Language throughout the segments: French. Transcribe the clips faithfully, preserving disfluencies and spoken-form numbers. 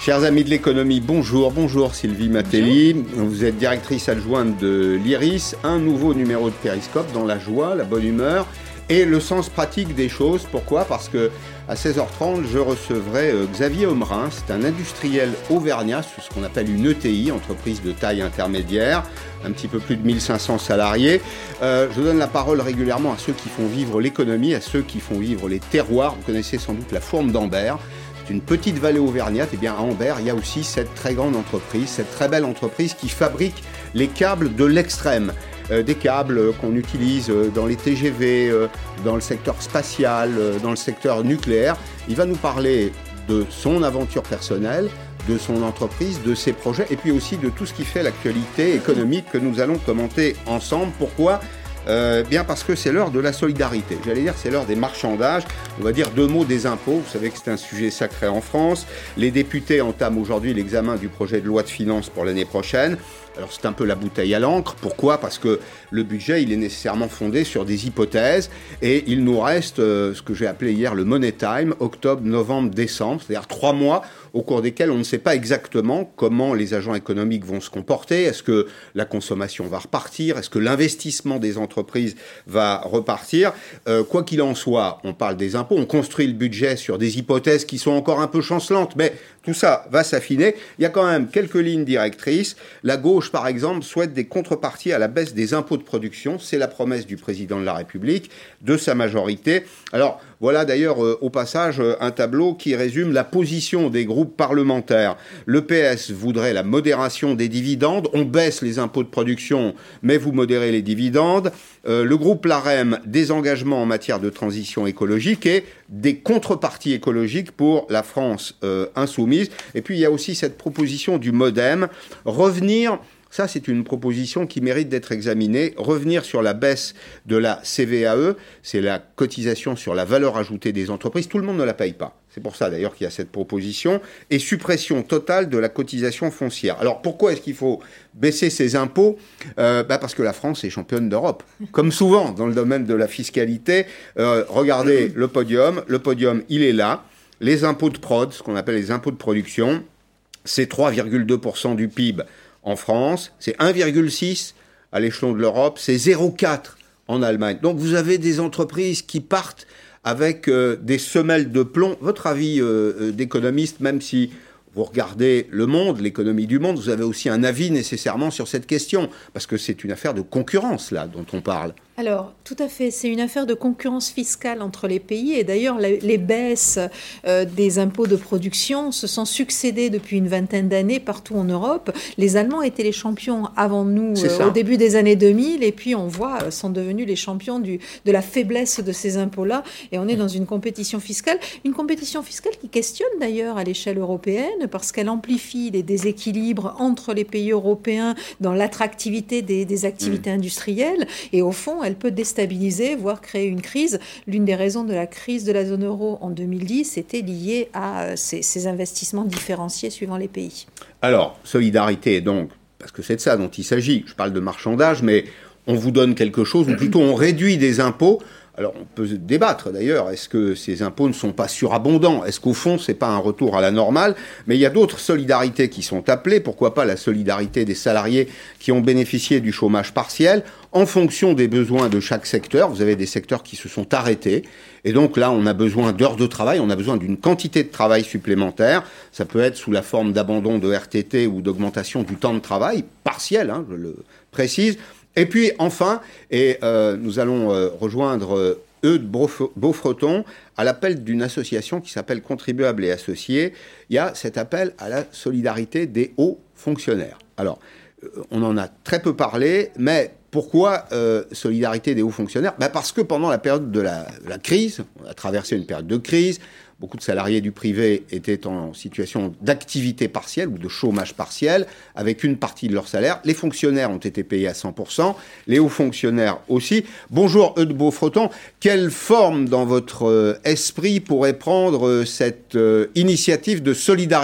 Chers amis de l'économie, bonjour, bonjour Sylvie Matelli. Bonjour. Vous êtes directrice adjointe de l'Iris, un nouveau numéro de Périscope dans la joie, la bonne humeur et le sens pratique des choses. Pourquoi ? Parce que à seize heures trente, je recevrai Xavier Omrin, c'est un industriel auvergnat, ce qu'on appelle une E T I, entreprise de taille intermédiaire, un petit peu plus de mille cinq cents salariés. Euh, je donne la parole régulièrement à ceux qui font vivre l'économie, à ceux qui font vivre les terroirs. Vous connaissez sans doute la Fourme d'Ambert. C'est une petite vallée auvergnate. Et bien à Ambert, il y a aussi cette très grande entreprise, cette très belle entreprise qui fabrique les câbles de l'extrême. Euh, des câbles qu'on utilise dans les T G V, euh, dans le secteur spatial, euh, dans le secteur nucléaire. Il va nous parler de son aventure personnelle, de son entreprise, de ses projets, et puis aussi de tout ce qui fait l'actualité économique que nous allons commenter ensemble. Pourquoi ? Euh, bien parce que c'est l'heure de la solidarité. J'allais dire c'est l'heure des marchandages. On va dire deux mots des impôts. Vous savez que c'est un sujet sacré en France. Les députés entament aujourd'hui l'examen du projet de loi de finances pour l'année prochaine. Alors c'est un peu la bouteille à l'encre. Pourquoi ? Parce que le budget, il est nécessairement fondé sur des hypothèses et il nous reste euh, ce que j'ai appelé hier le money time, octobre, novembre, décembre, c'est-à-dire trois mois au cours desquels on ne sait pas exactement comment les agents économiques vont se comporter. Est-ce que la consommation va repartir ? Est-ce que l'investissement des entreprises va repartir ? euh, Quoi qu'il en soit, on parle des impôts, on construit le budget sur des hypothèses qui sont encore un peu chancelantes, mais tout ça va s'affiner. Il y a quand même quelques lignes directrices. La gauche, par exemple, souhaite des contreparties à la baisse des impôts de production. C'est la promesse du président de la République, de sa majorité. Alors, voilà d'ailleurs, euh, au passage, euh, un tableau qui résume la position des groupes parlementaires. Le P S voudrait la modération des dividendes. On baisse les impôts de production, mais vous modérez les dividendes. Euh, le groupe LaREM, des engagements en matière de transition écologique et des contreparties écologiques pour la France euh, insoumise. Et puis, il y a aussi cette proposition du MoDem, revenir... Ça, c'est une proposition qui mérite d'être examinée. Revenir sur la baisse de la C V A E, c'est la cotisation sur la valeur ajoutée des entreprises. Tout le monde ne la paye pas. C'est pour ça, d'ailleurs, qu'il y a cette proposition. Et suppression totale de la cotisation foncière. Alors, pourquoi est-ce qu'il faut baisser ces impôts ? euh, bah Parce que la France est championne d'Europe. Comme souvent dans le domaine de la fiscalité. Euh, regardez le podium. Le podium, il est là. Les impôts de prod, ce qu'on appelle les impôts de production, c'est trois virgule deux pour cent du P I B. En France, c'est un virgule six à l'échelon de l'Europe, c'est zéro virgule quatre en Allemagne. Donc vous avez des entreprises qui partent avec euh, des semelles de plomb. Votre avis euh, d'économiste, même si vous regardez le monde, l'économie du monde, vous avez aussi un avis nécessairement sur cette question, parce que c'est une affaire de concurrence là dont on parle. Alors, tout à fait, c'est une affaire de concurrence fiscale entre les pays et d'ailleurs les, les baisses euh, des impôts de production se sont succédées depuis une vingtaine d'années partout en Europe. Les Allemands étaient les champions avant nous euh, au début des années deux mille et puis on voit euh, sont devenus les champions du, de la faiblesse de ces impôts-là et on est dans une compétition fiscale, une compétition fiscale qui questionne d'ailleurs à l'échelle européenne parce qu'elle amplifie les déséquilibres entre les pays européens dans l'attractivité des, des activités mmh. industrielles et au fond elle peut déstabiliser, voire créer une crise. L'une des raisons de la crise de la zone euro en deux mille dix était liée à ces, ces investissements différenciés suivant les pays. Alors, solidarité donc, parce que c'est de ça dont il s'agit. Je parle de marchandage, mais on vous donne quelque chose, ou plutôt on réduit des impôts. Alors, on peut débattre d'ailleurs, est-ce que ces impôts ne sont pas surabondants ? Est-ce qu'au fond, ce n'est pas un retour à la normale ? Mais il y a d'autres solidarités qui sont appelées. Pourquoi pas la solidarité des salariés qui ont bénéficié du chômage partiel en fonction des besoins de chaque secteur. Vous avez des secteurs qui se sont arrêtés. Et donc là, on a besoin d'heures de travail, on a besoin d'une quantité de travail supplémentaire. Ça peut être sous la forme d'abandon de R T T ou d'augmentation du temps de travail, partiel, hein, je le précise. Et puis enfin, et euh, nous allons euh, rejoindre euh, Eudes Beaufreton à l'appel d'une association qui s'appelle Contribuables et Associés. Il y a cet appel à la solidarité des hauts fonctionnaires. Alors, euh, on en a très peu parlé, mais pourquoi euh, solidarité des hauts fonctionnaires ? Ben parce que pendant la période de la, la crise, on a traversé une période de crise. Beaucoup de salariés du privé étaient en situation d'activité partielle ou de chômage partiel, avec une partie de leur salaire. Les fonctionnaires ont été payés à cent pour cent, les hauts fonctionnaires aussi. Bonjour Eudes Beaufreton, quelle forme dans votre esprit pourrait prendre cette initiative de solidarité ?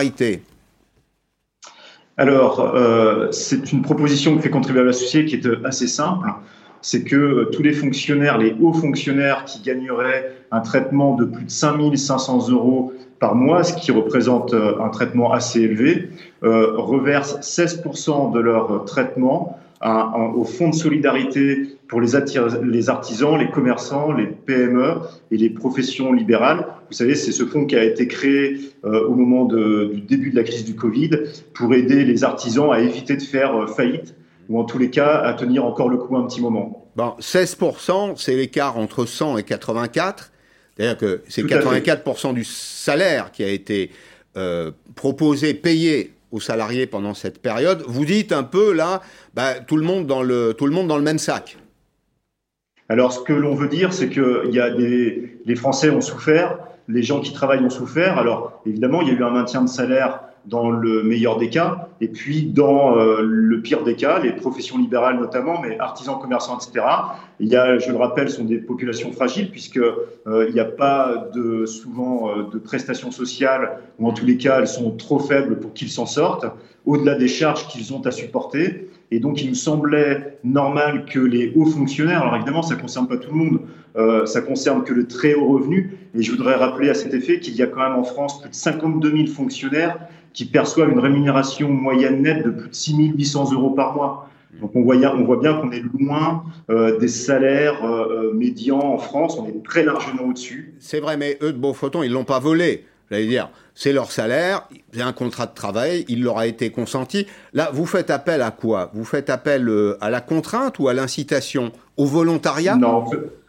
Alors, euh, c'est une proposition que fait Contribuables Associés qui est assez simple. C'est que euh, tous les fonctionnaires, les hauts fonctionnaires qui gagneraient un traitement de plus de cinq mille cinq cents euros par mois, ce qui représente un traitement assez élevé, euh, reversent seize pour cent de leur traitement à, à, au fonds de solidarité pour les, attir- les artisans, les commerçants, les P M E et les professions libérales. Vous savez, c'est ce fonds qui a été créé euh, au moment de, du début de la crise du Covid pour aider les artisans à éviter de faire euh, faillite ou en tous les cas à tenir encore le coup un petit moment. Bon, seize pour cent, c'est l'écart entre cent et quatre-vingt-quatre. C'est-à-dire que c'est quatre-vingt-quatre pour cent du salaire qui a été euh, proposé, payé aux salariés pendant cette période. Vous dites un peu, là, bah, tout le monde dans le, tout le monde dans le même sac. Alors, ce que l'on veut dire, c'est que il y a des, les Français ont souffert, les gens qui travaillent ont souffert. Alors, évidemment, il y a eu un maintien de salaire dans le meilleur des cas, et puis dans euh, le pire des cas, les professions libérales notamment, mais artisans, commerçants, et cetera. Il y a, je le rappelle, sont des populations fragiles, puisque euh, il n'y a pas de, souvent euh, de prestations sociales, ou en tous les cas, elles sont trop faibles pour qu'ils s'en sortent, au-delà des charges qu'ils ont à supporter. Et donc, il nous semblait normal que les hauts fonctionnaires, alors évidemment, ça ne concerne pas tout le monde, euh, ça concerne que le très haut revenu. Et je voudrais rappeler à cet effet qu'il y a quand même en France plus de cinquante-deux mille fonctionnaires qui perçoivent une rémunération moyenne nette de plus de six mille huit cents euros par mois. Donc, on voit, on voit bien qu'on est loin euh, des salaires euh, médians en France. On est très largement au-dessus. C'est vrai, mais eux, de Beaufreton, ils ne l'ont pas volé. J'allais dire, c'est leur salaire, c'est un contrat de travail, il leur a été consenti. Là, vous faites appel à quoi ? Vous faites appel euh, à la contrainte ou à l'incitation ? Au volontariat ? Non,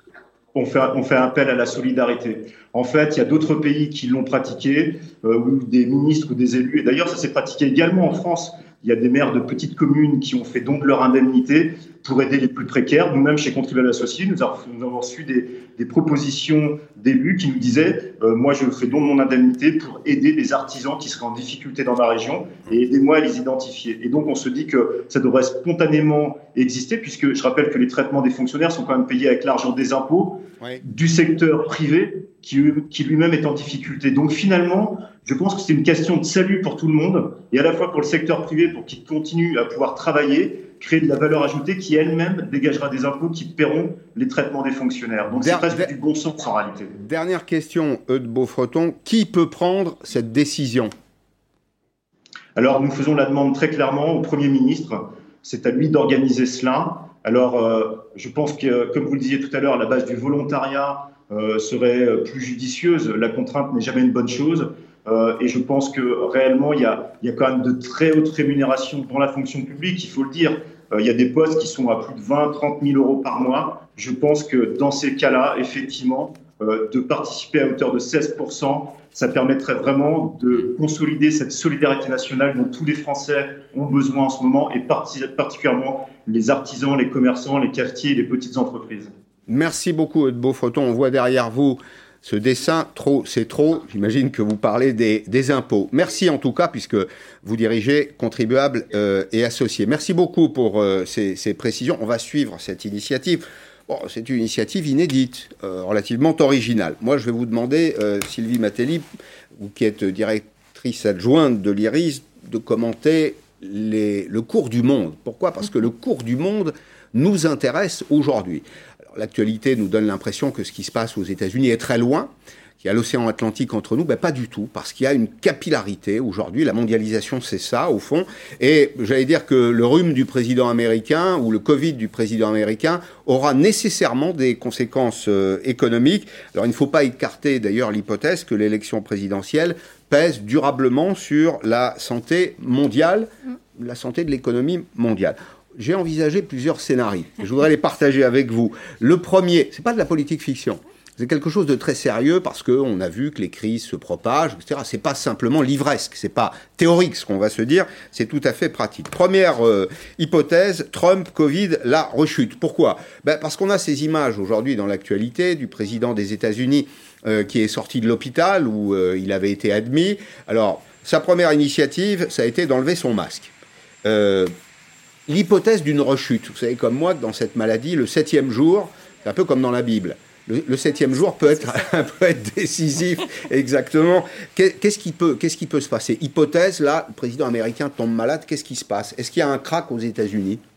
on fait, on fait appel à la solidarité. En fait, il y a d'autres pays qui l'ont pratiqué, euh, où des ministres ou des élus, et d'ailleurs ça s'est pratiqué également en France. Il y a des maires de petites communes qui ont fait don de leur indemnité pour aider les plus précaires. Nous-mêmes, chez Contribuables Associés, nous avons, nous avons reçu des, des propositions d'élus qui nous disaient euh, « Moi, je fais don de mon indemnité pour aider des artisans qui seraient en difficulté dans ma région et aidez-moi à les identifier. » Et donc, on se dit que ça devrait spontanément exister, puisque je rappelle que les traitements des fonctionnaires sont quand même payés avec l'argent des impôts oui. du secteur privé qui, qui lui-même est en difficulté. Donc, finalement, je pense que c'est une question de salut pour tout le monde, et à la fois pour le secteur privé, pour qu'il continue à pouvoir travailler, créer de la valeur ajoutée qui elle-même dégagera des impôts qui paieront les traitements des fonctionnaires. Donc c'est presque du bon sens en réalité. Dernière question, Eudes Beaufreton, qui peut prendre cette décision ? Alors nous faisons la demande très clairement au Premier ministre, c'est à lui d'organiser cela. Alors euh, je pense que, comme vous le disiez tout à l'heure, la base du volontariat euh, serait plus judicieuse, la contrainte n'est jamais une bonne chose. Euh, et je pense que réellement, il y a, il y a quand même de très hautes rémunérations dans la fonction publique, il faut le dire. Euh, il y a des postes qui sont à plus de vingt, trente mille euros par mois. Je pense que dans ces cas-là, effectivement, euh, de participer à hauteur de seize pour cent, ça permettrait vraiment de consolider cette solidarité nationale dont tous les Français ont besoin en ce moment, et particulièrement les artisans, les commerçants, les cafetiers et les petites entreprises. Merci beaucoup, Eudes Beaufreton. On voit derrière vous ce dessin, trop, c'est trop. J'imagine que vous parlez des, des impôts. Merci en tout cas, puisque vous dirigez Contribuables euh, et Associés. Merci beaucoup pour euh, ces, ces précisions. On va suivre cette initiative. Bon, c'est une initiative inédite, euh, relativement originale. Moi, je vais vous demander, euh, Sylvie Matelli, vous qui êtes directrice adjointe de l'I R I S, de commenter les, le cours du monde. Pourquoi ? Parce que le cours du monde nous intéresse aujourd'hui. L'actualité nous donne l'impression que ce qui se passe aux États-Unis est très loin, qu'il y a l'océan Atlantique entre nous. Ben, pas du tout, parce qu'il y a une capillarité aujourd'hui. La mondialisation, c'est ça, au fond. Et j'allais dire que le rhume du président américain ou le Covid du président américain aura nécessairement des conséquences euh, économiques. Alors, il ne faut pas écarter d'ailleurs l'hypothèse que l'élection présidentielle pèse durablement sur la santé mondiale, la santé de l'économie mondiale. J'ai envisagé plusieurs scénarios. Je voudrais les partager avec vous. Le premier, c'est pas de la politique fiction. C'est quelque chose de très sérieux parce qu'on a vu que les crises se propagent, et cetera. C'est pas simplement livresque, c'est pas théorique ce qu'on va se dire, c'est tout à fait pratique. Première euh, hypothèse, Trump, Covid, la rechute. Pourquoi ? Ben parce qu'on a ces images aujourd'hui dans l'actualité du président des États-Unis euh, qui est sorti de l'hôpital où euh, il avait été admis. Alors, sa première initiative, ça a été d'enlever son masque. Euh, L'hypothèse d'une rechute. Vous savez comme moi que dans cette maladie, le septième jour, c'est un peu comme dans la Bible. Le, le septième jour peut être, peut être décisif, exactement. Qu'est-ce qui peut, qu'est-ce qui peut se passer ? Hypothèse, là, le président américain tombe malade, qu'est-ce qui se passe ? Est-ce qu'il y a un crack aux États-Unis ?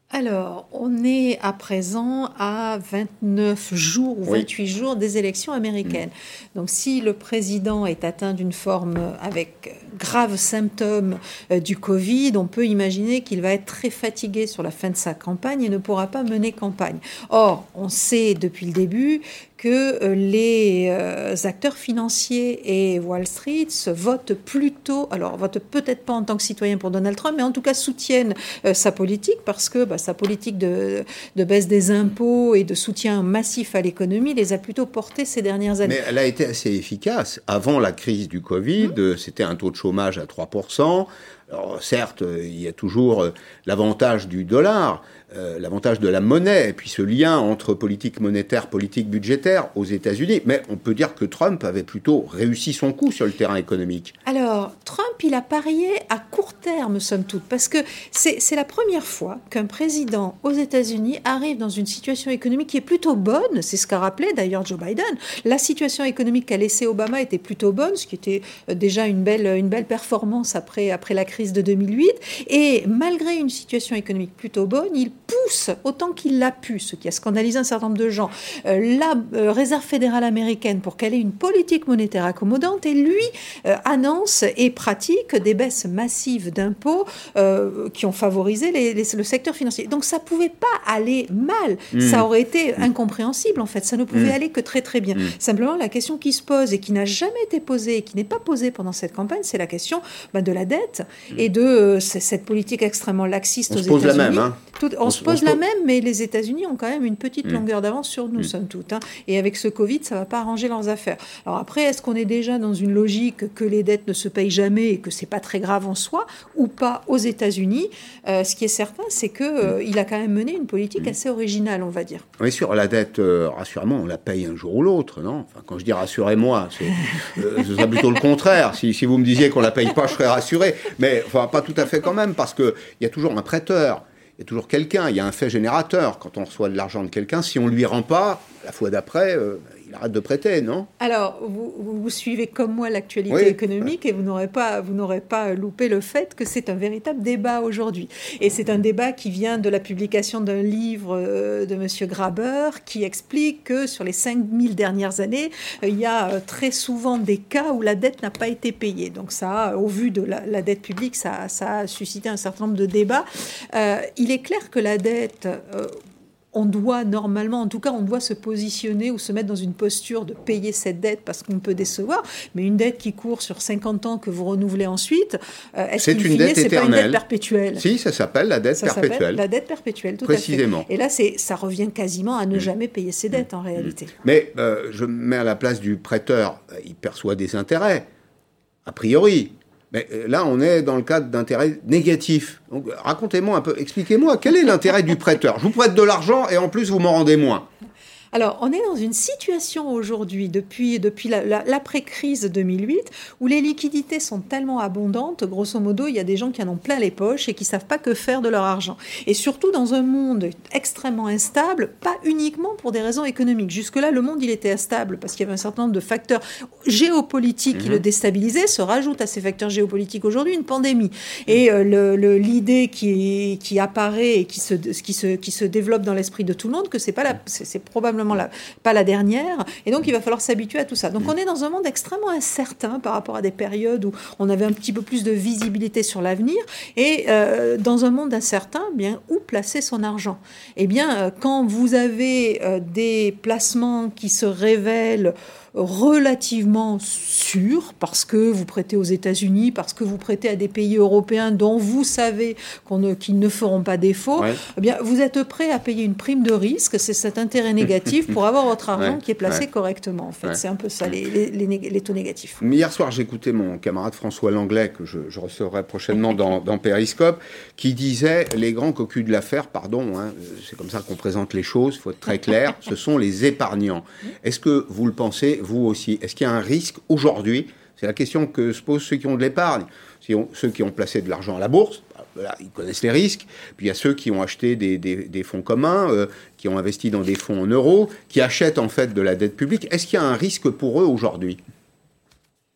Alors, on est à présent à vingt-neuf jours ou vingt-huit oui. jours des élections américaines. Mmh. Donc, si le président est atteint d'une forme avec graves symptômes euh, du Covid, on peut imaginer qu'il va être très fatigué sur la fin de sa campagne et ne pourra pas mener campagne. Or, on sait depuis le début que euh, les euh, acteurs financiers et Wall Street se votent plutôt, alors votent peut-être pas en tant que citoyens pour Donald Trump, mais en tout cas soutiennent euh, sa politique parce que bah, sa politique de, de baisse des impôts et de soutien massif à l'économie les a plutôt portés ces dernières années. Mais elle a été assez efficace. Avant la crise du Covid, mmh. c'était un taux de chômage à trois pour cent. Alors certes, il y a toujours l'avantage du dollar, euh, l'avantage de la monnaie, et puis ce lien entre politique monétaire, politique budgétaire aux États-Unis. Mais on peut dire que Trump avait plutôt réussi son coup sur le terrain économique. Alors, Trump, il a parié à court terme, somme toute, parce que c'est, c'est la première fois qu'un président aux États-Unis arrive dans une situation économique qui est plutôt bonne. C'est ce qu'a rappelé d'ailleurs Joe Biden. La situation économique qu'a laissée Obama était plutôt bonne, ce qui était déjà une belle, une belle performance après, après la crise de deux mille huit. Et malgré une situation économique plutôt bonne, il pousse autant qu'il l'a pu, ce qui a scandalisé un certain nombre de gens, euh, la euh, Réserve fédérale américaine pour qu'elle ait une politique monétaire accommodante, et lui euh, annonce et pratique des baisses massives d'impôts euh, qui ont favorisé les, les, le secteur financier. Donc ça ne pouvait pas aller mal, mmh. ça aurait été incompréhensible en fait, ça ne pouvait mmh. aller que très très bien. Mmh. Simplement la question qui se pose et qui n'a jamais été posée et qui n'est pas posée pendant cette campagne, c'est la question ben, de la dette mmh. et de euh, cette politique extrêmement laxiste on aux États-Unis. La même, hein. Tout, on, on se pose on la se... même, mais les États-Unis ont quand même une petite mmh. longueur d'avance sur nous, mmh. somme toute. Hein. Et avec ce Covid, ça ne va pas arranger leurs affaires. Alors après, est-ce qu'on est déjà dans une logique que les dettes ne se payent jamais et que ce n'est pas très grave en soi, ou pas aux États-Unis? euh, Ce qui est certain, c'est qu'il euh, mmh. a quand même mené une politique mmh. assez originale, on va dire. Oui, sur la dette, euh, rassurez-moi, on la paye un jour ou l'autre, non? Enfin, quand je dis rassurez-moi, c'est, euh, ce serait plutôt le contraire. Si, si vous me disiez qu'on ne la paye pas, je serais rassuré. Mais enfin, pas tout à fait quand même, parce qu'il y a toujours un prêteur. Il y a toujours quelqu'un, il y a un fait générateur. Quand on reçoit de l'argent de quelqu'un, si on ne lui rend pas, la fois d'après, euh, il arrête de prêter, non? Alors, vous, vous suivez comme moi l'actualité oui. économique et vous n'aurez pas, vous n'aurez pas loupé le fait que c'est un véritable débat aujourd'hui. Et c'est un débat qui vient de la publication d'un livre de M. Graber qui explique que sur les cinq mille dernières années, il y a très souvent des cas où la dette n'a pas été payée. Donc ça, au vu de la, la dette publique, ça, ça a suscité un certain nombre de débats. Euh, il est clair que la dette... Euh, on doit normalement, en tout cas, on doit se positionner ou se mettre dans une posture de payer cette dette parce qu'on peut décevoir. Mais une dette qui court sur cinquante ans que vous renouvelez ensuite, euh, est-ce c'est qu'in une fine, dette c'est éternelle. pas une dette perpétuelle? Si, ça s'appelle la dette ça perpétuelle. La dette perpétuelle, tout Précisément. à fait. Et là, c'est, ça revient quasiment à ne mmh. jamais payer ses dettes mmh. en réalité. Mais euh, je me mets à la place du prêteur. Il perçoit des intérêts, a priori. Mais là, on est dans le cadre d'intérêts négatifs. Donc, racontez-moi un peu, expliquez-moi, quel est l'intérêt du prêteur? Je vous prête de l'argent et en plus, vous m'en rendez moins. Alors, on est dans une situation aujourd'hui, depuis, depuis la, la, l'après-crise deux mille huit, où les liquidités sont tellement abondantes, grosso modo, il y a des gens qui en ont plein les poches et qui ne savent pas que faire de leur argent. Et surtout dans un monde extrêmement instable, pas uniquement pour des raisons économiques. Jusque-là, le monde, il était instable parce qu'il y avait un certain nombre de facteurs géopolitiques mmh. qui le déstabilisaient. Se rajoute à ces facteurs géopolitiques aujourd'hui une pandémie. Et euh, le, le, l'idée qui, qui apparaît et qui se, qui, se, qui se développe dans l'esprit de tout le monde, que c'est, pas la, c'est, c'est probablement La, pas la dernière, et donc il va falloir s'habituer à tout ça. Donc on est dans un monde extrêmement incertain par rapport à des périodes où on avait un petit peu plus de visibilité sur l'avenir, et euh, dans un monde incertain, bien, où placer son argent? Eh bien, quand vous avez euh, des placements qui se révèlent relativement sûr, parce que vous prêtez aux États-Unis, parce que vous prêtez à des pays européens dont vous savez qu'on ne, qu'ils ne feront pas défaut, ouais. eh bien, vous êtes prêt à payer une prime de risque, c'est cet intérêt négatif pour avoir votre argent ouais. qui est placé ouais. correctement. En fait, ouais. c'est un peu ça, les, les, les, les taux négatifs. Hier soir, j'écoutais mon camarade François Langlais, que je, je recevrai prochainement dans, dans Périscope, qui disait « les grands cocus de l'affaire, pardon, hein, c'est comme ça qu'on présente les choses, il faut être très clair, ce sont les épargnants. » Est-ce que vous le pensez, vous aussi? Est-ce qu'il y a un risque aujourd'hui? C'est la question que se posent ceux qui ont de l'épargne. Ceux qui ont placé de l'argent à la bourse, là, ils connaissent les risques. Puis il y a ceux qui ont acheté des, des, des fonds communs, euh, qui ont investi dans des fonds en euros, qui achètent en fait de la dette publique. Est-ce qu'il y a un risque pour eux aujourd'hui?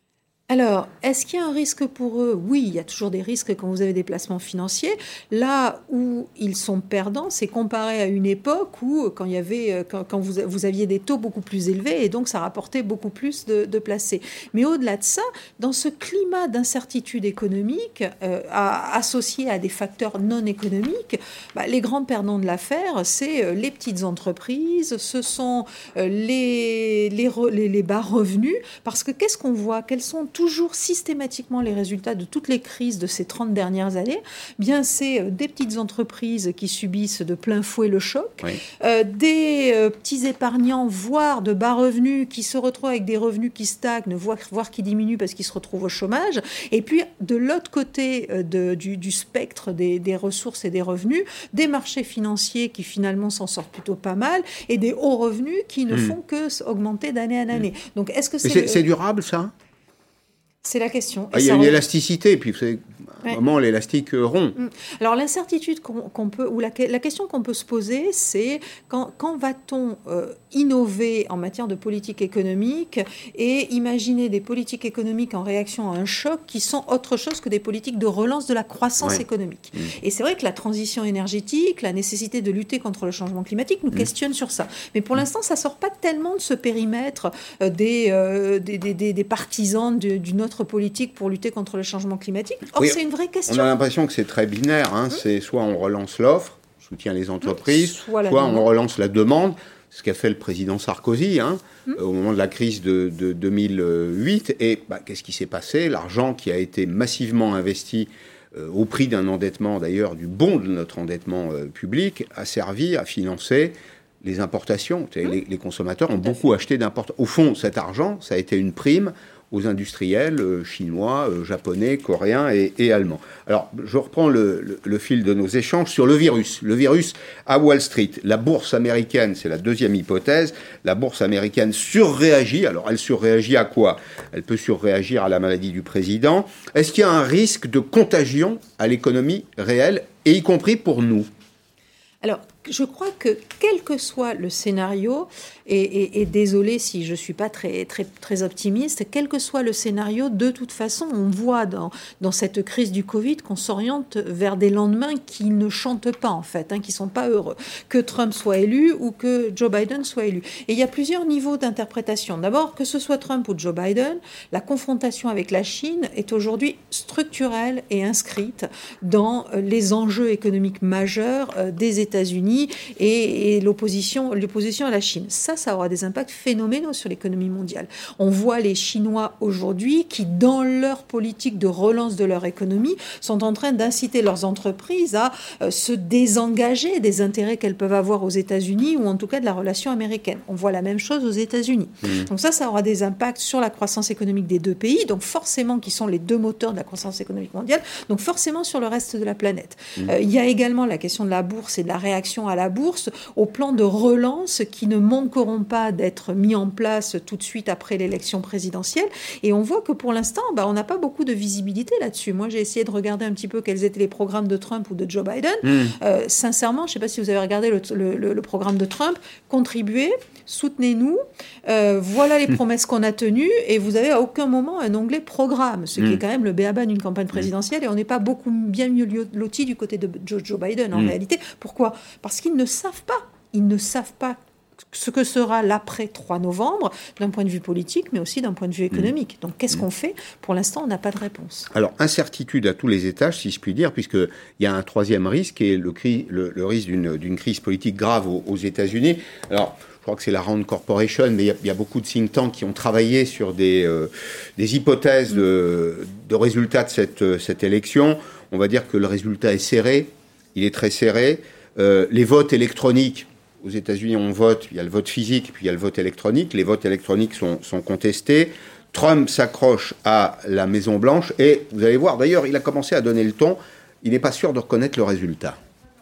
Alors, est-ce qu'il y a un risque pour eux ? Oui, il y a toujours des risques quand vous avez des placements financiers. Là où ils sont perdants, c'est comparé à une époque où, quand, il y avait, quand, quand vous, vous aviez des taux beaucoup plus élevés et donc ça rapportait beaucoup plus de, de placés. Mais au-delà de ça, dans ce climat d'incertitude économique euh, à, associé à des facteurs non économiques, bah, les grands perdants de l'affaire, c'est euh, les petites entreprises, ce sont euh, les, les, les, les bas revenus. Parce que qu'est-ce qu'on voit ? Quels sont toujours systématiquement les résultats de toutes les crises de ces trente dernières années, bien c'est euh, des petites entreprises qui subissent de plein fouet le choc, oui. euh, des euh, petits épargnants, voire de bas revenus, qui se retrouvent avec des revenus qui stagnent, voire, voire qui diminuent parce qu'ils se retrouvent au chômage, et puis de l'autre côté euh, de, du, du spectre des, des ressources et des revenus, des marchés financiers qui finalement s'en sortent plutôt pas mal, et des hauts revenus qui ne mmh. font que augmenter d'année en année. Mmh. Donc est-ce que c'est, c'est, c'est durable ça ? C'est la question. Ah, il y a une élasticité, puis c'est un moment ouais. l'élastique rond. Alors l'incertitude qu'on, qu'on peut, ou la, la question qu'on peut se poser, c'est quand, quand va-t-on euh, innover en matière de politique économique et imaginer des politiques économiques en réaction à un choc qui sont autre chose que des politiques de relance de la croissance ouais. économique. Mmh. Et c'est vrai que la transition énergétique, la nécessité de lutter contre le changement climatique nous mmh. questionne sur ça. Mais pour l'instant, ça ne sort pas tellement de ce périmètre euh, des, euh, des, des, des, des partisans de, d'une autre politique pour lutter contre le changement climatique. Or, oui, c'est une vraie question. On a l'impression que c'est très binaire. Hein. Mmh. C'est soit on relance l'offre, soutient les entreprises, mmh. soit, soit on relance la demande, ce qu'a fait le président Sarkozy hein, mmh. au moment de la crise de, de deux mille huit. Et bah, qu'est-ce qui s'est passé ? L'argent qui a été massivement investi euh, au prix d'un endettement, d'ailleurs, du bon de notre endettement euh, public, a servi à financer les importations. Mmh. Les, les consommateurs ont Tout beaucoup acheté d'importations. Au fond, cet argent, ça a été une prime aux industriels euh, chinois, euh, japonais, coréens et, et allemands. Alors, je reprends le, le, le fil de nos échanges sur le virus. Le virus à Wall Street. La bourse américaine, c'est la deuxième hypothèse, la bourse américaine surréagit. Alors, elle surréagit à quoi ? Elle peut surréagir à la maladie du président. Est-ce qu'il y a un risque de contagion à l'économie réelle, et y compris pour nous ? Alors, je crois que quel que soit le scénario, et, et, et désolé si je ne suis pas très, très, très optimiste, quel que soit le scénario, de toute façon, on voit dans, dans cette crise du Covid qu'on s'oriente vers des lendemains qui ne chantent pas, en fait, hein, qui ne sont pas heureux. Que Trump soit élu ou que Joe Biden soit élu. Et il y a plusieurs niveaux d'interprétation. D'abord, que ce soit Trump ou Joe Biden, la confrontation avec la Chine est aujourd'hui structurelle et inscrite dans les enjeux économiques majeurs des États-Unis et, et l'opposition, l'opposition à la Chine. Ça, ça aura des impacts phénoménaux sur l'économie mondiale. On voit les Chinois aujourd'hui qui, dans leur politique de relance de leur économie, sont en train d'inciter leurs entreprises à euh, se désengager des intérêts qu'elles peuvent avoir aux États-Unis ou en tout cas de la relation américaine. On voit la même chose aux États-Unis. Mmh. Donc ça, ça aura des impacts sur la croissance économique des deux pays, donc forcément qui sont les deux moteurs de la croissance économique mondiale, donc forcément sur le reste de la planète. Mmh. Euh, il y a également la question de la bourse et de la réaction à la bourse, au plan de relance qui ne manqueront pas d'être mis en place tout de suite après l'élection présidentielle. Et on voit que pour l'instant, bah, on n'a pas beaucoup de visibilité là-dessus. Moi, j'ai essayé de regarder un petit peu quels étaient les programmes de Trump ou de Joe Biden. Mmh. Euh, sincèrement, je ne sais pas si vous avez regardé le, le, le programme de Trump. Contribuez, soutenez-nous, euh, voilà les mmh. promesses qu'on a tenues, et vous avez à aucun moment un onglet programme, ce mmh. qui est quand même le b a-ba d'une campagne présidentielle, et on n'est pas beaucoup bien mieux loti du côté de Joe, Joe Biden en mmh. réalité. Pourquoi ? Parce qu'ils ne savent pas. Ils ne savent pas ce que sera l'après trois novembre, d'un point de vue politique, mais aussi d'un point de vue économique. Donc, qu'est-ce mmh. qu'on fait ? Pour l'instant, on n'a pas de réponse. Alors, incertitude à tous les étages, si je puis dire, puisqu'il y a un troisième risque, qui est le, le, le risque d'une, d'une crise politique grave aux, aux États-Unis. Alors, je crois que c'est la Rand Corporation, mais il y, y a beaucoup de think tanks qui ont travaillé sur des, euh, des hypothèses de, de résultats de cette, cette élection. On va dire que le résultat est serré, il est très serré. Euh, les votes électroniques, aux États-Unis, on vote, il y a le vote physique, puis il y a le vote électronique. Les votes électroniques sont, sont contestés. Trump s'accroche à la Maison-Blanche, et vous allez voir, d'ailleurs, il a commencé à donner le ton. Il n'est pas sûr de reconnaître le résultat.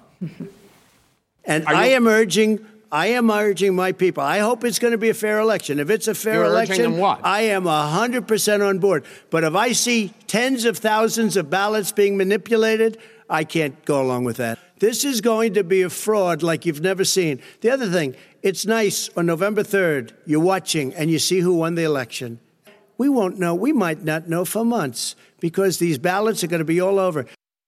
And I am urging... I am urging my people. I hope it's going to be a fair election. If it's a fair You're election, urging them what? I am one hundred percent on board. But if I see tens of thousands of ballots being manipulated, I can't go along with that. This is going to be a fraud like you've never seen. The other thing, it's nice on November third, you're watching and you see who won the election. we won't know. We might not know for months because these ballots are going to be all over.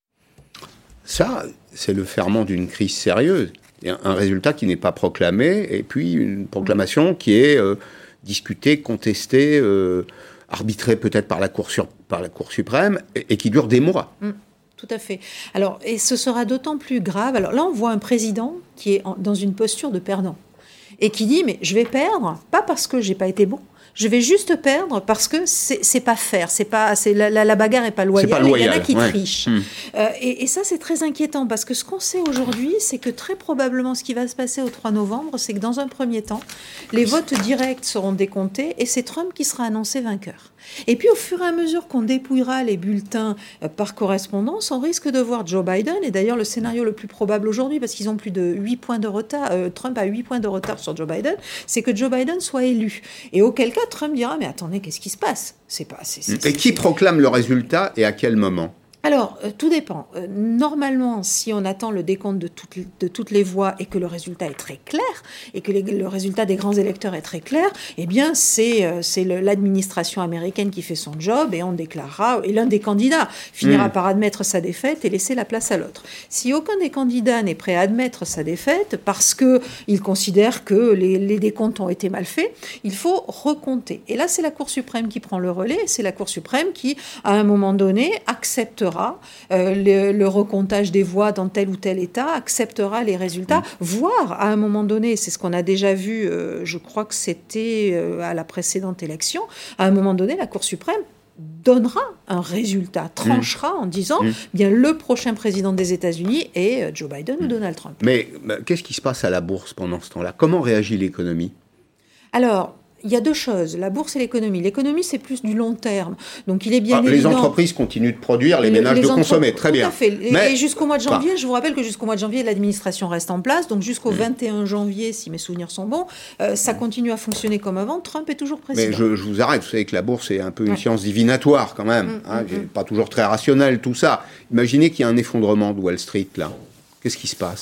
Ça, c'est le ferment d'une crise sérieuse. Il y a un résultat qui n'est pas proclamé, et puis une proclamation qui est euh, discutée, contestée, euh, arbitrée peut-être par la Cour, sur, par la Cour suprême, et, et qui dure des mois. Mmh. Tout à fait. Alors, et ce sera d'autant plus grave. Alors là, on voit un président qui est en, dans une posture de perdant et qui dit, mais je vais perdre, pas parce que j'ai pas été bon, je vais juste perdre parce que c'est, c'est pas fair, c'est pas, c'est la, la, la bagarre est pas loyale, c'est pas loyal, il y en a qui ouais. trichent. Mmh. Euh, et, et ça, c'est très inquiétant parce que ce qu'on sait aujourd'hui, c'est que très probablement ce qui va se passer au trois novembre, c'est que dans un premier temps, les votes directs seront décomptés et c'est Trump qui sera annoncé vainqueur. Et puis au fur et à mesure qu'on dépouillera les bulletins euh, par correspondance, on risque de voir Joe Biden, et d'ailleurs le scénario le plus probable aujourd'hui, parce qu'ils ont plus de huit points de retard, euh, Trump a huit points de retard sur Joe Biden, c'est que Joe Biden soit élu. Et auquel cas, Trump dira, mais attendez, qu'est-ce qui se passe ? C'est pas, c'est, c'est, Et qui c'est... proclame le résultat et à quel moment ? Alors, euh, tout dépend. Euh, normalement, si on attend le décompte de, toutes, de toutes les voix et que le résultat est très clair, et que les, le résultat des grands électeurs est très clair, eh bien, c'est, euh, c'est le, l'administration américaine qui fait son job, et on déclarera, et l'un des candidats finira mmh. par admettre sa défaite et laisser la place à l'autre. Si aucun des candidats n'est prêt à admettre sa défaite, parce qu'il considère que les, les décomptes ont été mal faits, il faut recompter. Et là, c'est la Cour suprême qui prend le relais, c'est la Cour suprême qui, à un moment donné, acceptera Euh, le, le recomptage des voix dans tel ou tel État, acceptera les résultats, mmh. voire à un moment donné, c'est ce qu'on a déjà vu, euh, je crois que c'était euh, à la précédente élection, à un moment donné, la Cour suprême donnera un résultat, tranchera mmh. en disant, mmh. bien le prochain président des États-Unis est Joe Biden mmh. ou Donald Trump. Mais bah, qu'est-ce qui se passe à la bourse pendant ce temps-là ? Comment réagit l'économie ? Alors, il y a deux choses, la bourse et l'économie. L'économie, c'est plus du long terme. Donc, il est bien ah, évident... Les entreprises continuent de produire, les, les ménages les de consommer, entre... très bien. Tout à fait. Et, Mais... et jusqu'au mois de janvier, bah. je vous rappelle que jusqu'au mois de janvier, l'administration reste en place. Donc, jusqu'au mmh. vingt et un janvier, si mes souvenirs sont bons, euh, ça continue à fonctionner comme avant. Trump est toujours président. Mais je, je vous arrête. Vous savez que la bourse, c'est un peu une ouais. science divinatoire, quand même. Mmh, hein, mmh. Pas toujours très rationnel, tout ça. Imaginez qu'il y a un effondrement de Wall Street, là. Qu'est-ce qui se passe ?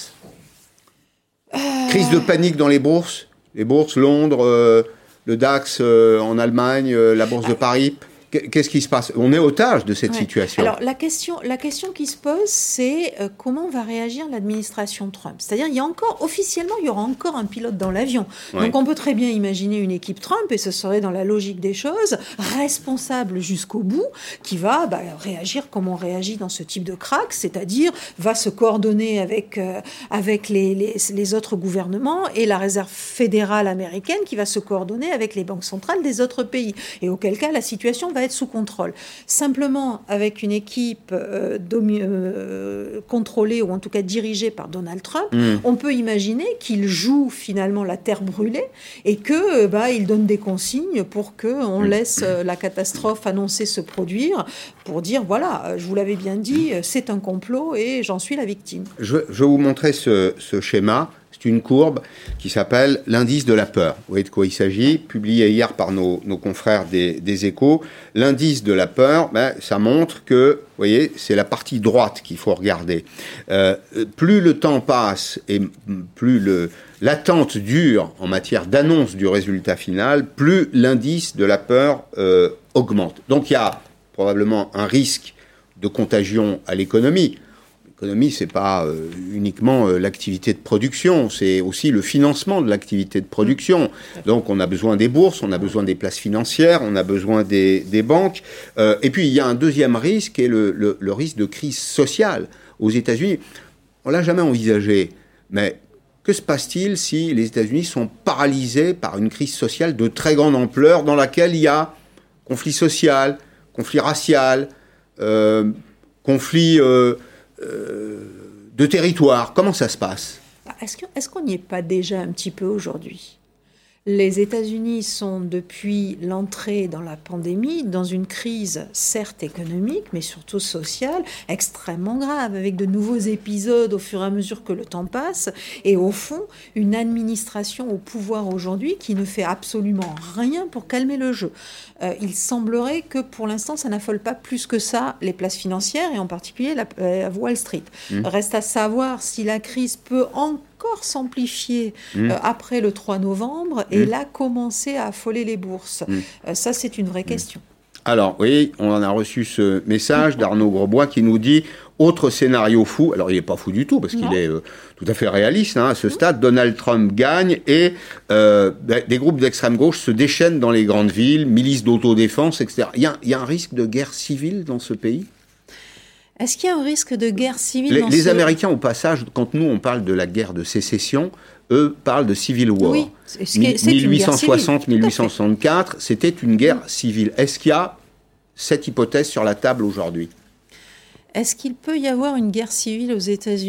euh... Crise de panique dans les bourses. Les bourses, Londres... Euh... le DAX euh, en Allemagne, euh, la bourse de Paris. Qu'est-ce qui se passe ? On est otage de cette ouais. situation. Alors, la question, la question qui se pose, c'est euh, comment va réagir l'administration Trump ? C'est-à-dire, il y a encore, officiellement, il y aura encore un pilote dans l'avion. Ouais. Donc, on peut très bien imaginer une équipe Trump, et ce serait dans la logique des choses, responsable jusqu'au bout, qui va bah, réagir comme on réagit dans ce type de crack, c'est-à-dire va se coordonner avec, euh, avec les, les, les autres gouvernements et la réserve fédérale américaine qui va se coordonner avec les banques centrales des autres pays. Et auquel cas, la situation va être sous contrôle. Simplement, avec une équipe euh, domi- euh, contrôlée ou en tout cas dirigée par Donald Trump, mmh. on peut imaginer qu'il joue finalement la terre brûlée et que bah, il donne des consignes pour qu'on laisse euh, la catastrophe annoncée se produire, pour dire voilà, je vous l'avais bien dit, c'est un complot et j'en suis la victime. Je, je vais vous montrer ce, ce schéma. C'est une courbe qui s'appelle l'indice de la peur. Vous voyez de quoi il s'agit, publié hier par nos, nos confrères des, des Échos. L'indice de la peur, ben, ça montre que, vous voyez, c'est la partie droite qu'il faut regarder. Euh, plus le temps passe et plus le, l'attente dure en matière d'annonce du résultat final, plus l'indice de la peur euh, augmente. Donc il y a probablement un risque de contagion à l'économie. L'économie, c'est pas euh, uniquement euh, l'activité de production, c'est aussi le financement de l'activité de production. Donc, on a besoin des bourses, on a besoin des places financières, on a besoin des, des banques. Euh, et puis, il y a un deuxième risque, qui est le, le, le risque de crise sociale aux États-Unis. On l'a jamais envisagé, mais que se passe-t-il si les États-Unis sont paralysés par une crise sociale de très grande ampleur, dans laquelle il y a conflit social, conflit racial, euh, conflit euh, Euh, de territoire. Comment ça se passe ? Est-ce que, est-ce qu'on n'y est pas déjà un petit peu aujourd'hui ? Les États-Unis sont, depuis l'entrée dans la pandémie, dans une crise, certes économique, mais surtout sociale, extrêmement grave, avec de nouveaux épisodes au fur et à mesure que le temps passe, et au fond, une administration au pouvoir aujourd'hui qui ne fait absolument rien pour calmer le jeu. Euh, il semblerait que, pour l'instant, ça n'affole pas plus que ça les places financières, et en particulier la, euh, Wall Street. Mmh. Reste à savoir si la crise peut encore encore s'amplifier mmh. euh, après le trois novembre mmh. et là commencer à affoler les bourses. mmh. euh, Ça, c'est une vraie mmh. question. Alors, oui, on en a reçu ce message d'Arnaud Grosbois qui nous dit « Autre scénario fou ». Alors, il n'est pas fou du tout, parce non. qu'il est euh, tout à fait réaliste. Hein, à ce stade, Donald Trump gagne et euh, des groupes d'extrême gauche se déchaînent dans les grandes villes, milices d'autodéfense, et cetera. Il y a, il y a un risque de guerre civile dans ce pays ? Est-ce qu'il y a un risque de guerre civile les, dans les ce... Américains, au passage, quand nous, on parle de la guerre de sécession, eux parlent de Civil War. Oui, c'est mille huit cent soixante à mille huit cent soixante-quatre, c'était une guerre mmh. civile. Est-ce qu'il y a cette hypothèse sur la table aujourd'hui ? Est-ce qu'il peut y avoir une guerre civile aux États-Unis ?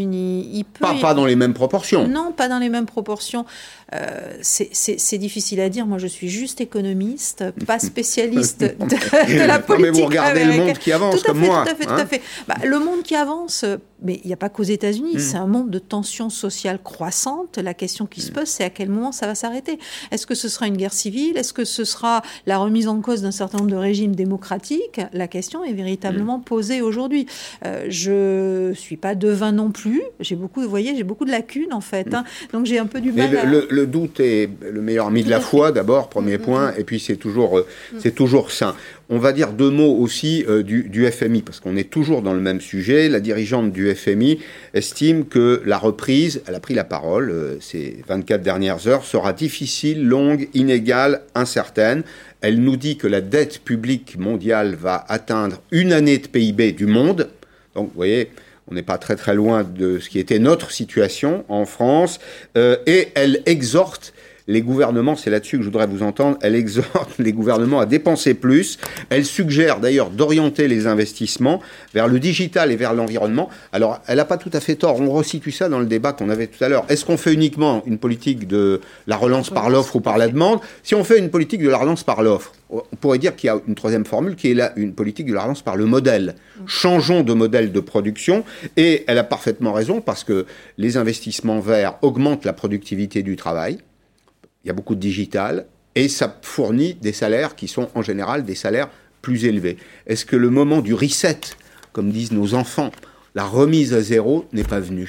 Il peut pas, y... pas dans les mêmes proportions. Non, pas dans les mêmes proportions. Euh, c'est, c'est, c'est difficile à dire. Moi, je suis juste économiste, pas spécialiste de, de la politique. Non, mais vous regardez américaine. Le monde qui avance tout à comme fait, moi. Tout à fait, hein tout à fait. Bah, le monde qui avance, mais il n'y a pas qu'aux États-Unis. Mm. C'est un monde de tensions sociales croissantes. La question qui mm. se pose, c'est à quel moment ça va s'arrêter. Est-ce que ce sera une guerre civile ? Est-ce que ce sera la remise en cause d'un certain nombre de régimes démocratiques ? La question est véritablement mm. posée aujourd'hui. Euh, je ne suis pas devin non plus. J'ai beaucoup, vous voyez, j'ai beaucoup de lacunes en fait. Mm. Hein. Donc j'ai un peu du mal. Mais à... le, le doute est le meilleur ami de la foi, d'abord, premier mmh, point, mmh. et puis c'est toujours, euh, mmh. c'est toujours sain. On va dire deux mots aussi euh, du, du F M I, parce qu'on est toujours dans le même sujet. La dirigeante du F M I estime que la reprise, elle a pris la parole euh, ces vingt-quatre dernières heures, sera difficile, longue, inégale, incertaine. Elle nous dit que la dette publique mondiale va atteindre une année de P I B du monde. Donc, vous voyez... On n'est pas très très loin de ce qui était notre situation en France. Euh, et elle exhorte les gouvernements, c'est là-dessus que je voudrais vous entendre, elle exhorte les gouvernements à dépenser plus. Elle suggère d'ailleurs d'orienter les investissements vers le digital et vers l'environnement. Alors, elle n'a pas tout à fait tort. On resitue ça dans le débat qu'on avait tout à l'heure. Est-ce qu'on fait uniquement une politique de la relance par l'offre ou par la demande ? Si on fait une politique de la relance par l'offre, on pourrait dire qu'il y a une troisième formule qui est là, une politique de la relance par le modèle. Changeons de modèle de production. Et elle a parfaitement raison parce que les investissements verts augmentent la productivité du travail. Il y a beaucoup de digital et ça fournit des salaires qui sont en général des salaires plus élevés. Est-ce que le moment du reset, comme disent nos enfants, la remise à zéro n'est pas venu ?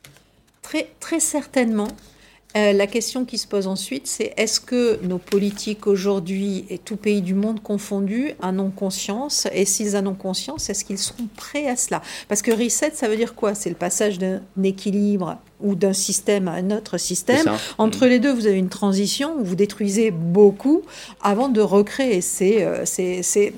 Très, très certainement. Euh, la question qui se pose ensuite, c'est est-ce que nos politiques aujourd'hui, et tout pays du monde confondu, en ont conscience ? Et s'ils en ont conscience, est-ce qu'ils seront prêts à cela ? Parce que reset, ça veut dire quoi ? C'est le passage d'un équilibre ou d'un système à un autre système. Entre les deux, vous avez une transition où vous détruisez beaucoup avant de recréer. C'est, euh, c'est, c'est,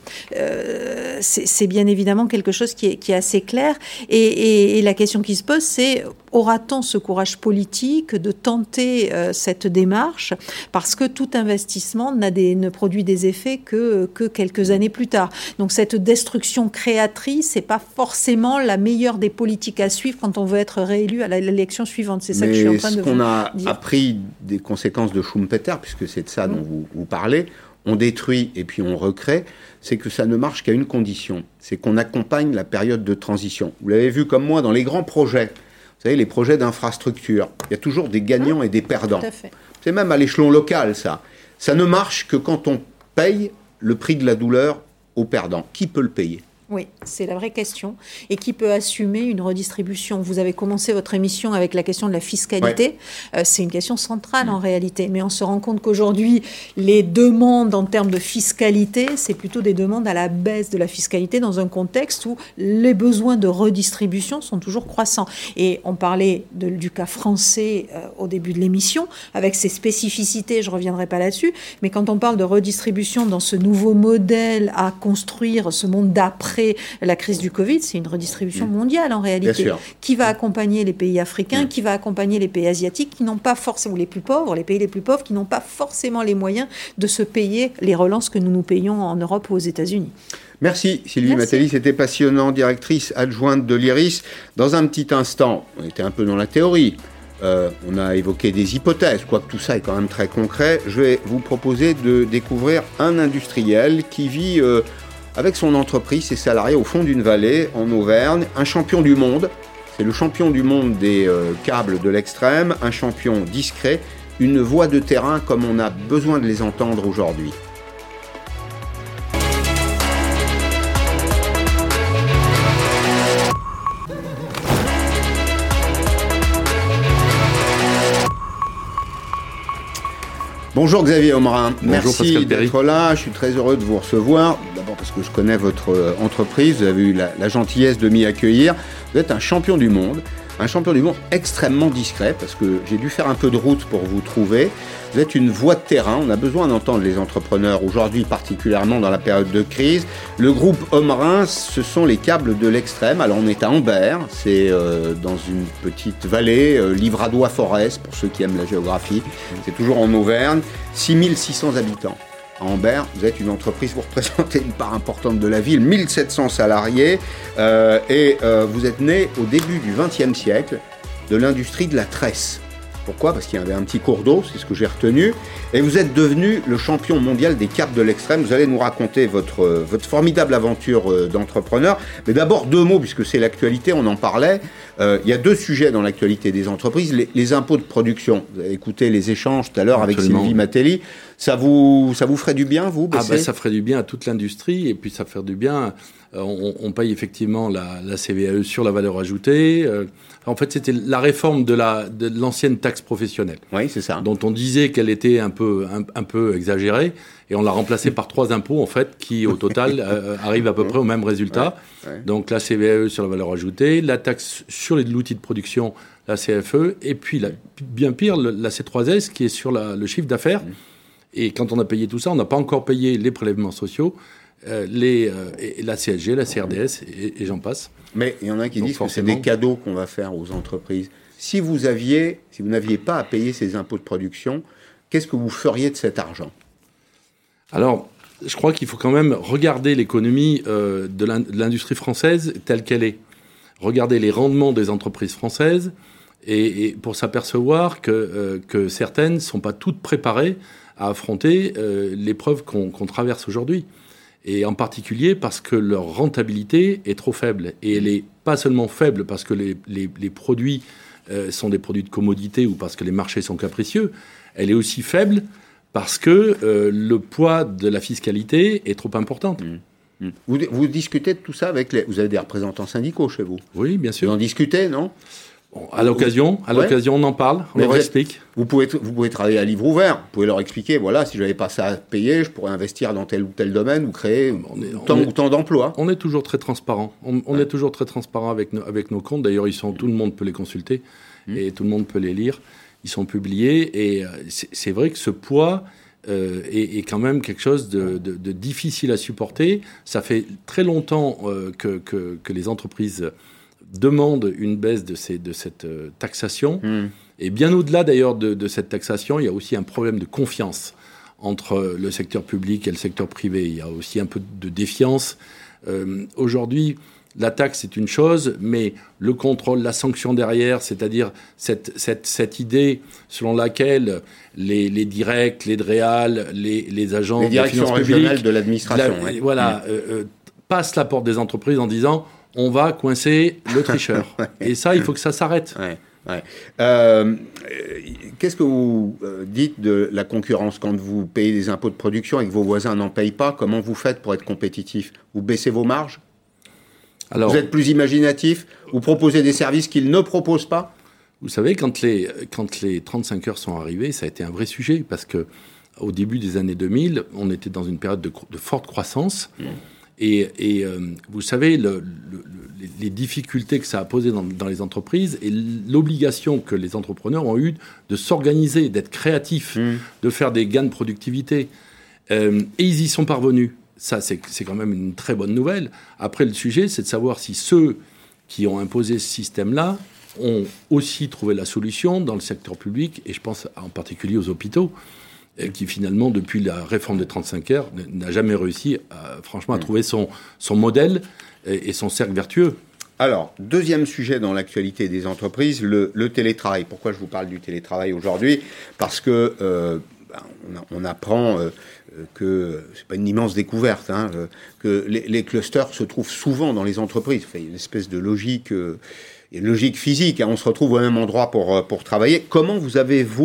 euh, c'est, c'est bien évidemment quelque chose qui est, qui est assez clair. Et, et, et la question qui se pose, c'est aura-t-on ce courage politique de tenter euh, cette démarche ? Parce que tout investissement n'a des, ne produit des effets que, que quelques années plus tard. Donc cette destruction créatrice, c'est pas forcément la meilleure des politiques à suivre quand on veut être réélu à l'élection suivante. C'est ça Mais que je suis en train de ce qu'on a dire. appris des conséquences de Schumpeter, puisque c'est de ça mmh. dont vous, vous parlez, on détruit et puis on recrée, c'est que ça ne marche qu'à une condition, c'est qu'on accompagne la période de transition. Vous l'avez vu comme moi dans les grands projets, vous savez, les projets d'infrastructure, il y a toujours des gagnants ah, et des perdants. Tout à fait. C'est même à l'échelon local, ça. Ça ne marche que quand on paye le prix de la douleur aux perdants. Qui peut le payer ? Oui, c'est la vraie question. Et qui peut assumer une redistribution ? Vous avez commencé votre émission avec la question de la fiscalité. Ouais. Euh, c'est une question centrale mmh. en réalité. Mais on se rend compte qu'aujourd'hui, les demandes en termes de fiscalité, c'est plutôt des demandes à la baisse de la fiscalité dans un contexte où les besoins de redistribution sont toujours croissants. Et on parlait de, du cas français euh, au début de l'émission, avec ses spécificités, je ne reviendrai pas là-dessus. Mais quand on parle de redistribution dans ce nouveau modèle à construire, ce monde d'après, la crise du Covid, c'est une redistribution mondiale en réalité, qui va accompagner les pays africains, mmh. qui va accompagner les pays asiatiques, qui n'ont pas forcément, ou les plus pauvres, les pays les plus pauvres, qui n'ont pas forcément les moyens de se payer les relances que nous nous payons en Europe ou aux États-Unis. Merci Sylvie Matelli, c'était passionnant, directrice adjointe de l'I R I S. Dans un petit instant, on était un peu dans la théorie, euh, on a évoqué des hypothèses, quoique tout ça est quand même très concret. Je vais vous proposer de découvrir un industriel qui vit... Euh, avec son entreprise, ses salariés au fond d'une vallée en Auvergne, un champion du monde, c'est le champion du monde des euh, câbles de l'extrême, un champion discret, une voix de terrain comme on a besoin de les entendre aujourd'hui. Bonjour Xavier Ommerin, Bonjour merci d'être là, je suis très heureux de vous recevoir, d'abord parce que je connais votre entreprise, vous avez eu la, la gentillesse de m'y accueillir, vous êtes un champion du monde, un champion du monde extrêmement discret, parce que j'ai dû faire un peu de route pour vous trouver, vous êtes une voix de terrain, on a besoin d'entendre les entrepreneurs, aujourd'hui particulièrement dans la période de crise. Le groupe Ommerin, ce sont les câbles de l'extrême, alors on est à Ambert, c'est euh, dans une petite vallée, euh, Livradois-Forez, pour ceux qui aiment la géographie, c'est toujours en Auvergne, six mille six cents habitants. À Ambert, vous êtes une entreprise, vous représentez une part importante de la ville, mille sept cents salariés, euh, et euh, vous êtes né au début du vingtième siècle de l'industrie de la tresse. Pourquoi ? Parce qu'il y avait un petit cours d'eau, c'est ce que j'ai retenu, et vous êtes devenu le champion mondial des câbles de l'extrême. Vous allez nous raconter votre, euh, votre formidable aventure euh, d'entrepreneur. Mais d'abord, deux mots, puisque c'est l'actualité, on en parlait. Euh, il y a deux sujets dans l'actualité des entreprises. Les, les impôts de production. Vous avez écouté les échanges tout à l'heure avec Sylvie Matelli. Ça vous, ça vous ferait du bien, vous, baisser ? Ah ben, ça ferait du bien à toute l'industrie, et puis ça ferait du bien... On, on paye effectivement la, la C V A E sur la valeur ajoutée. Euh, en fait, c'était la réforme de, la, de l'ancienne taxe professionnelle. Oui, c'est ça. Dont on disait qu'elle était un peu, un, un peu exagérée. Et on l'a remplacée par trois impôts, en fait, qui, au total, euh, arrivent à peu près au même résultat. Ouais, ouais. Donc, la C V A E sur la valeur ajoutée, la taxe sur les, l'outil de production, la C F E, et puis, la, bien pire, le, la C trois S, qui est sur la, le chiffre d'affaires. Mmh. Et quand on a payé tout ça, on n'a pas encore payé les prélèvements sociaux. Euh, les, euh, et la C S G, la C R D S, et, et j'en passe. Mais il y en a qui Donc disent forcément... que c'est des cadeaux qu'on va faire aux entreprises. Si vous aviez, si vous n'aviez pas à payer ces impôts de production, qu'est-ce que vous feriez de cet argent ? Alors, je crois qu'il faut quand même regarder l'économie euh, de, l'in- de l'industrie française telle qu'elle est. Regarder les rendements des entreprises françaises et, et pour s'apercevoir que, euh, que certaines ne sont pas toutes préparées à affronter euh, l'épreuve qu'on, qu'on traverse aujourd'hui. Et en particulier parce que leur rentabilité est trop faible. Et elle n'est pas seulement faible parce que les, les, les produits euh, sont des produits de commodité ou parce que les marchés sont capricieux. Elle est aussi faible parce que euh, le poids de la fiscalité est trop important. Mmh. Mmh. Vous, vous discutez de tout ça avec les... Vous avez des représentants syndicaux chez vous ? Oui, bien sûr. Vous en discutez, non ? Bon, à l'occasion, à ouais. l'occasion, on en parle, on leur explique. Vous pouvez, vous pouvez travailler à livre ouvert. Vous pouvez leur expliquer, voilà, si je n'avais pas ça à payer, je pourrais investir dans tel ou tel domaine ou créer on est, tant on est, ou tant d'emplois. On est toujours très transparent. On, on ouais. est toujours très transparent avec nos, avec nos comptes. D'ailleurs, ils sont, tout le monde peut les consulter mmh. et tout le monde peut les lire. Ils sont publiés et euh, c'est, c'est vrai que ce poids euh, est, est quand même quelque chose de, de, de difficile à supporter. Ça fait très longtemps euh, que, que, que les entreprises demande une baisse de, ces, de cette euh, taxation. Mmh. Et bien au-delà d'ailleurs de, de cette taxation, il y a aussi un problème de confiance entre le secteur public et le secteur privé. Il y a aussi un peu de défiance. Euh, aujourd'hui, la taxe, c'est une chose, mais le contrôle, la sanction derrière, c'est-à-dire cette, cette, cette idée selon laquelle les, les directs, les D R E A L, les, les agents les directions régionales de l'administration, la, ouais. voilà, mmh. euh, euh, passent la porte des entreprises en disant on va coincer le tricheur. ouais. Et ça, il faut que ça s'arrête. Ouais, ouais. Euh, qu'est-ce que vous dites de la concurrence quand vous payez des impôts de production et que vos voisins n'en payent pas ? Comment vous faites pour être compétitif ? Vous baissez vos marges ? Alors, vous êtes plus imaginatif ? Vous proposez des services qu'ils ne proposent pas ? Vous savez, quand les, quand les trente-cinq heures sont arrivées, ça a été un vrai sujet parce que au début des années deux mille, on était dans une période de, de forte croissance. Mmh. Et, et euh, vous savez, le, le, le, les difficultés que ça a posées dans, dans les entreprises et l'obligation que les entrepreneurs ont eue de s'organiser, d'être créatifs, mmh. de faire des gains de productivité. Euh, et ils y sont parvenus. Ça, c'est, c'est quand même une très bonne nouvelle. Après, le sujet, c'est de savoir si ceux qui ont imposé ce système-là ont aussi trouvé la solution dans le secteur public, et je pense en particulier aux hôpitaux, qui finalement, depuis la réforme des trente-cinq heures, n'a jamais réussi, à, franchement, à trouver son, son modèle et, et son cercle vertueux. Alors, deuxième sujet dans l'actualité des entreprises, le, le télétravail. Pourquoi je vous parle du télétravail aujourd'hui ? Parce que euh, on, on apprend euh, que, c'est pas une immense découverte, hein, que les, les clusters se trouvent souvent dans les entreprises. Enfin, il y a une espèce de logique... Euh, une logique physique, hein, on se retrouve au même endroit pour, pour travailler. Comment vous avez, vous,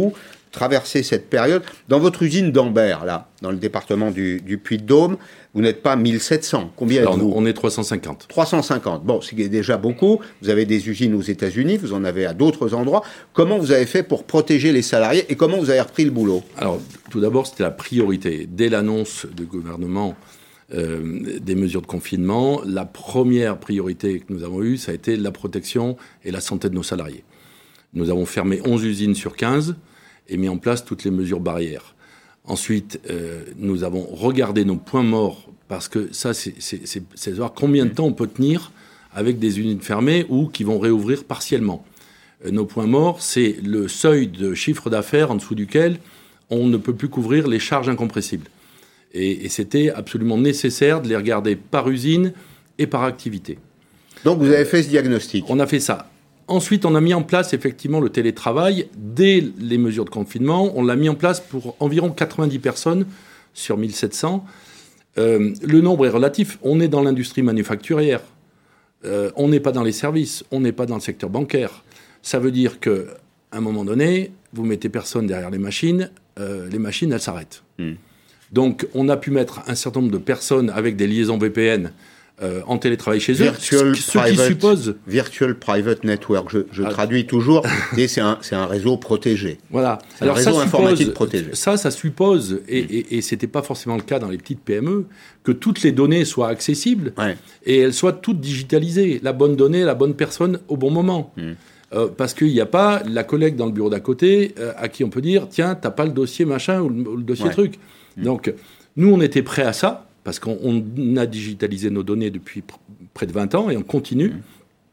traversé cette période. Dans votre usine d'Ambert, là, dans le département du, du Puy-de-Dôme, vous n'êtes pas mille sept cents. Combien êtes-vous ? On est trois cent cinquante. trois cent cinquante. Bon, c'est déjà beaucoup. Vous avez des usines aux États-Unis, vous en avez à d'autres endroits. Comment vous avez fait pour protéger les salariés et comment vous avez repris le boulot ? Alors, tout d'abord, c'était la priorité. Dès l'annonce du gouvernement euh, des mesures de confinement, la première priorité que nous avons eue, ça a été la protection et la santé de nos salariés. Nous avons fermé onze usines sur quinze et mis en place toutes les mesures barrières. Ensuite, euh, nous avons regardé nos points morts, parce que ça, c'est, c'est, c'est, c'est savoir combien de temps on peut tenir avec des usines fermées ou qui vont réouvrir partiellement. Euh, nos points morts, c'est le seuil de chiffre d'affaires en dessous duquel on ne peut plus couvrir les charges incompressibles. Et, et c'était absolument nécessaire de les regarder par usine et par activité. Donc vous avez fait ce diagnostic ? On a fait ça. Ensuite, on a mis en place effectivement le télétravail. Dès les mesures de confinement, on l'a mis en place pour environ quatre-vingt-dix personnes sur mille sept cents. Euh, le nombre est relatif. On est dans l'industrie manufacturière. Euh, on n'est pas dans les services. On n'est pas dans le secteur bancaire. Ça veut dire qu'à un moment donné, vous mettez personne derrière les machines, euh, les machines, elles s'arrêtent. Mmh. Donc, on a pu mettre un certain nombre de personnes avec des liaisons V P N Euh, en télétravail chez Virtual eux, ce private, qui suppose... Virtual Private Network, je, je ah, traduis toujours, et c'est un, c'est un réseau protégé. Voilà. C'est Alors un réseau ça informatique suppose, protégé. Ça, ça suppose, et, et, et ce n'était pas forcément le cas dans les petites P M E, que toutes les données soient accessibles ouais. et elles soient toutes digitalisées. La bonne donnée, la bonne personne au bon moment. Mmh. Euh, parce qu'il n'y a pas la collègue dans le bureau d'à côté euh, à qui on peut dire « Tiens, tu n'as pas le dossier machin ou le, ou le dossier ouais. truc mmh. ». Donc, nous, on était prêts à ça. Parce qu'on on a digitalisé nos données depuis pr- près de vingt ans et on continue. Mmh.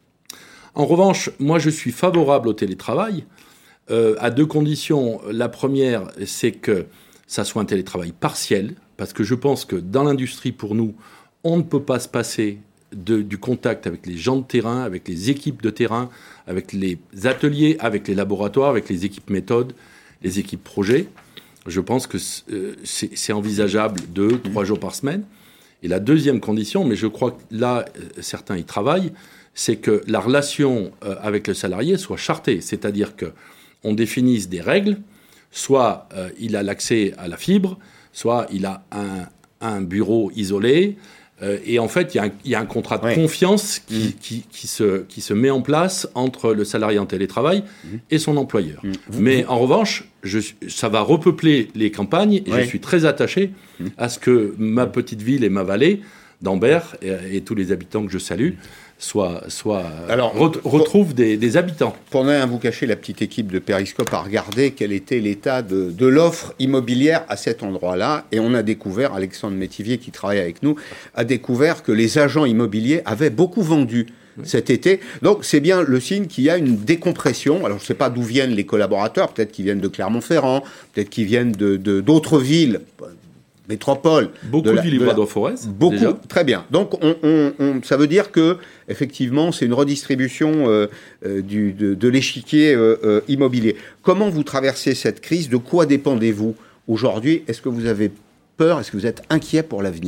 En revanche, moi, je suis favorable au télétravail euh, à deux conditions. La première, c'est que ça soit un télétravail partiel, parce que je pense que dans l'industrie, pour nous, on ne peut pas se passer de, du contact avec les gens de terrain, avec les équipes de terrain, avec les ateliers, avec les laboratoires, avec les équipes méthodes, les équipes projets. Je pense que c'est, c'est envisageable deux, trois jours par semaine. Et la deuxième condition, mais je crois que là, certains y travaillent, c'est que la relation avec le salarié soit chartée. C'est-à-dire qu'on définisse des règles, soit euh, il a l'accès à la fibre, soit il a un, un bureau isolé. Euh, et en fait, il y, y a un contrat de ouais. confiance qui, mmh. qui, qui, se, qui se met en place entre le salarié en télétravail mmh. et son employeur. Mmh. Mais en revanche, je, ça va repeupler les campagnes et ouais. je suis très attaché mmh. à ce que ma petite ville et ma vallée d'Ambert et, et tous les habitants que je salue soient, soient Alors, re- retrouvent des, des habitants. Pour ne rien vous cacher, la petite équipe de Périscope a regardé quel était l'état de, de l'offre immobilière à cet endroit-là. Et on a découvert, Alexandre Métivier, qui travaille avec nous, a découvert que les agents immobiliers avaient beaucoup vendu oui. cet été. Donc, c'est bien le signe qu'il y a une décompression. Alors, je ne sais pas d'où viennent les collaborateurs. Peut-être qu'ils viennent de Clermont-Ferrand, peut-être qu'ils viennent de, de, d'autres villes. Métropole. Beaucoup de, de Villeperdue-Forez. Beaucoup, déjà. Très bien. Donc, on, on, on, ça veut dire que, effectivement, c'est une redistribution euh, euh, du, de, de l'échiquier euh, euh, immobilier. Comment vous traversez cette crise ? De quoi dépendez-vous aujourd'hui ? Est-ce que vous avez peur ? Est-ce que vous êtes inquiet pour l'avenir ?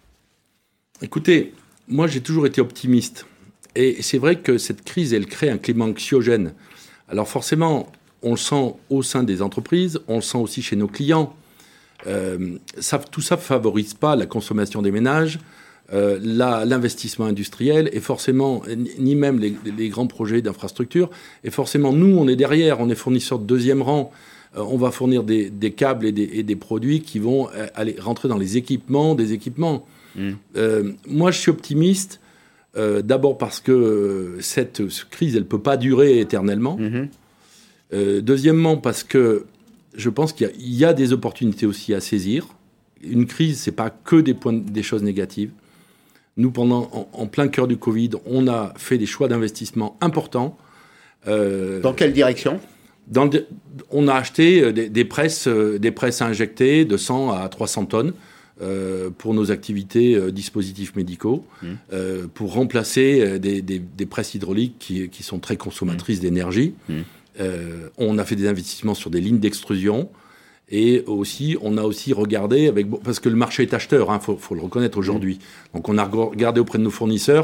Écoutez, moi, j'ai toujours été optimiste. Et c'est vrai que cette crise, elle crée un climat anxiogène. Alors, forcément, on le sent au sein des entreprises, on le sent aussi chez nos clients. Euh, ça, tout ça ne favorise pas la consommation des ménages, euh, la, l'investissement industriel et forcément, ni même les, les grands projets d'infrastructure. Et forcément, nous, on est derrière, on est fournisseur de deuxième rang. Euh, on va fournir des, des câbles et des, et des produits qui vont aller rentrer dans les équipements des équipements. Mmh. Euh, moi, je suis optimiste, euh, d'abord parce que cette crise, elle ne peut pas durer éternellement. Mmh. Euh, deuxièmement, parce que je pense qu'il y a, il y a des opportunités aussi à saisir. Une crise, ce n'est pas que des, points, des choses négatives. Nous, pendant, en, en plein cœur du Covid, on a fait des choix d'investissement importants. Euh, dans quelle direction ? dans le, On a acheté des, des, presses, des presses à injecter de cent à trois cents tonnes euh, pour nos activités euh, dispositifs médicaux, mmh. euh, pour remplacer des, des, des presses hydrauliques qui, qui sont très consommatrices mmh. d'énergie. Mmh. Euh, on a fait des investissements sur des lignes d'extrusion et aussi, on a aussi regardé, avec, parce que le marché est acheteur, il hein, faut, faut le reconnaître aujourd'hui. Donc on a regardé auprès de nos fournisseurs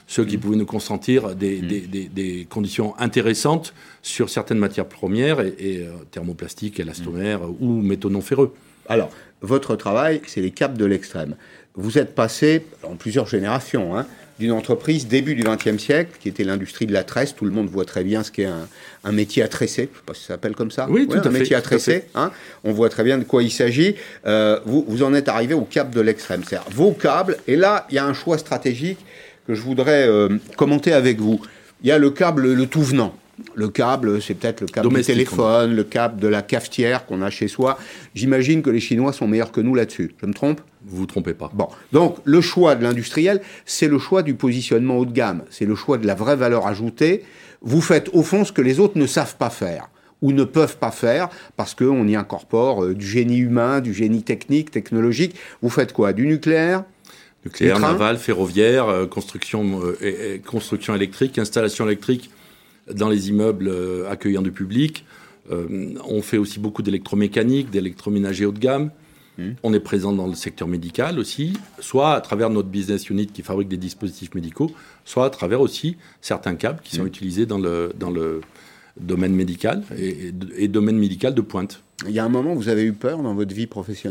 ceux qui pouvaient nous consentir des, mmh. des, des, des conditions intéressantes sur certaines matières premières, et, et euh, thermoplastique, élastomère mmh. ou métaux non ferreux. Alors, votre travail, c'est les câbles de l'extrême. Vous êtes passé en plusieurs générations, hein, d'une entreprise début du vingtième siècle, qui était l'industrie de la tresse. Tout le monde voit très bien ce qu'est un, un métier à tresser. Je ne sais pas si ça s'appelle comme ça. Oui, ouais, tout à un fait. Un métier à tresser. À hein. On voit très bien de quoi il s'agit. Euh, vous, vous en êtes arrivé au câble de l'extrême. C'est-à-dire vos câbles. Et là, il y a un choix stratégique que je voudrais euh, commenter avec vous. Il y a le câble, le tout venant. Le câble, c'est peut-être le câble Domestique, du téléphone, le câble de la cafetière qu'on a chez soi. J'imagine que les Chinois sont meilleurs que nous là-dessus. Je me trompe ? Vous vous trompez pas. Bon, donc le choix de l'industriel, c'est le choix du positionnement haut de gamme. C'est le choix de la vraie valeur ajoutée. Vous faites au fond ce que les autres ne savent pas faire ou ne peuvent pas faire parce qu'on y incorpore euh, du génie humain, du génie technique, technologique. Vous faites quoi ? Du nucléaire ? Nucléaire, naval, ferroviaire, euh, construction, euh, et, et construction électrique, installation électrique dans les immeubles euh, accueillant du public. Euh, on fait aussi beaucoup d'électromécanique, d'électroménager haut de gamme. Mmh. On est présent dans le secteur médical aussi, soit à travers notre business unit qui fabrique des dispositifs médicaux, soit à travers aussi certains câbles qui sont mmh. utilisés dans le, dans le domaine médical et, et, et domaine médical de pointe. Il y a un moment où vous avez eu peur dans votre vie professionnelle ?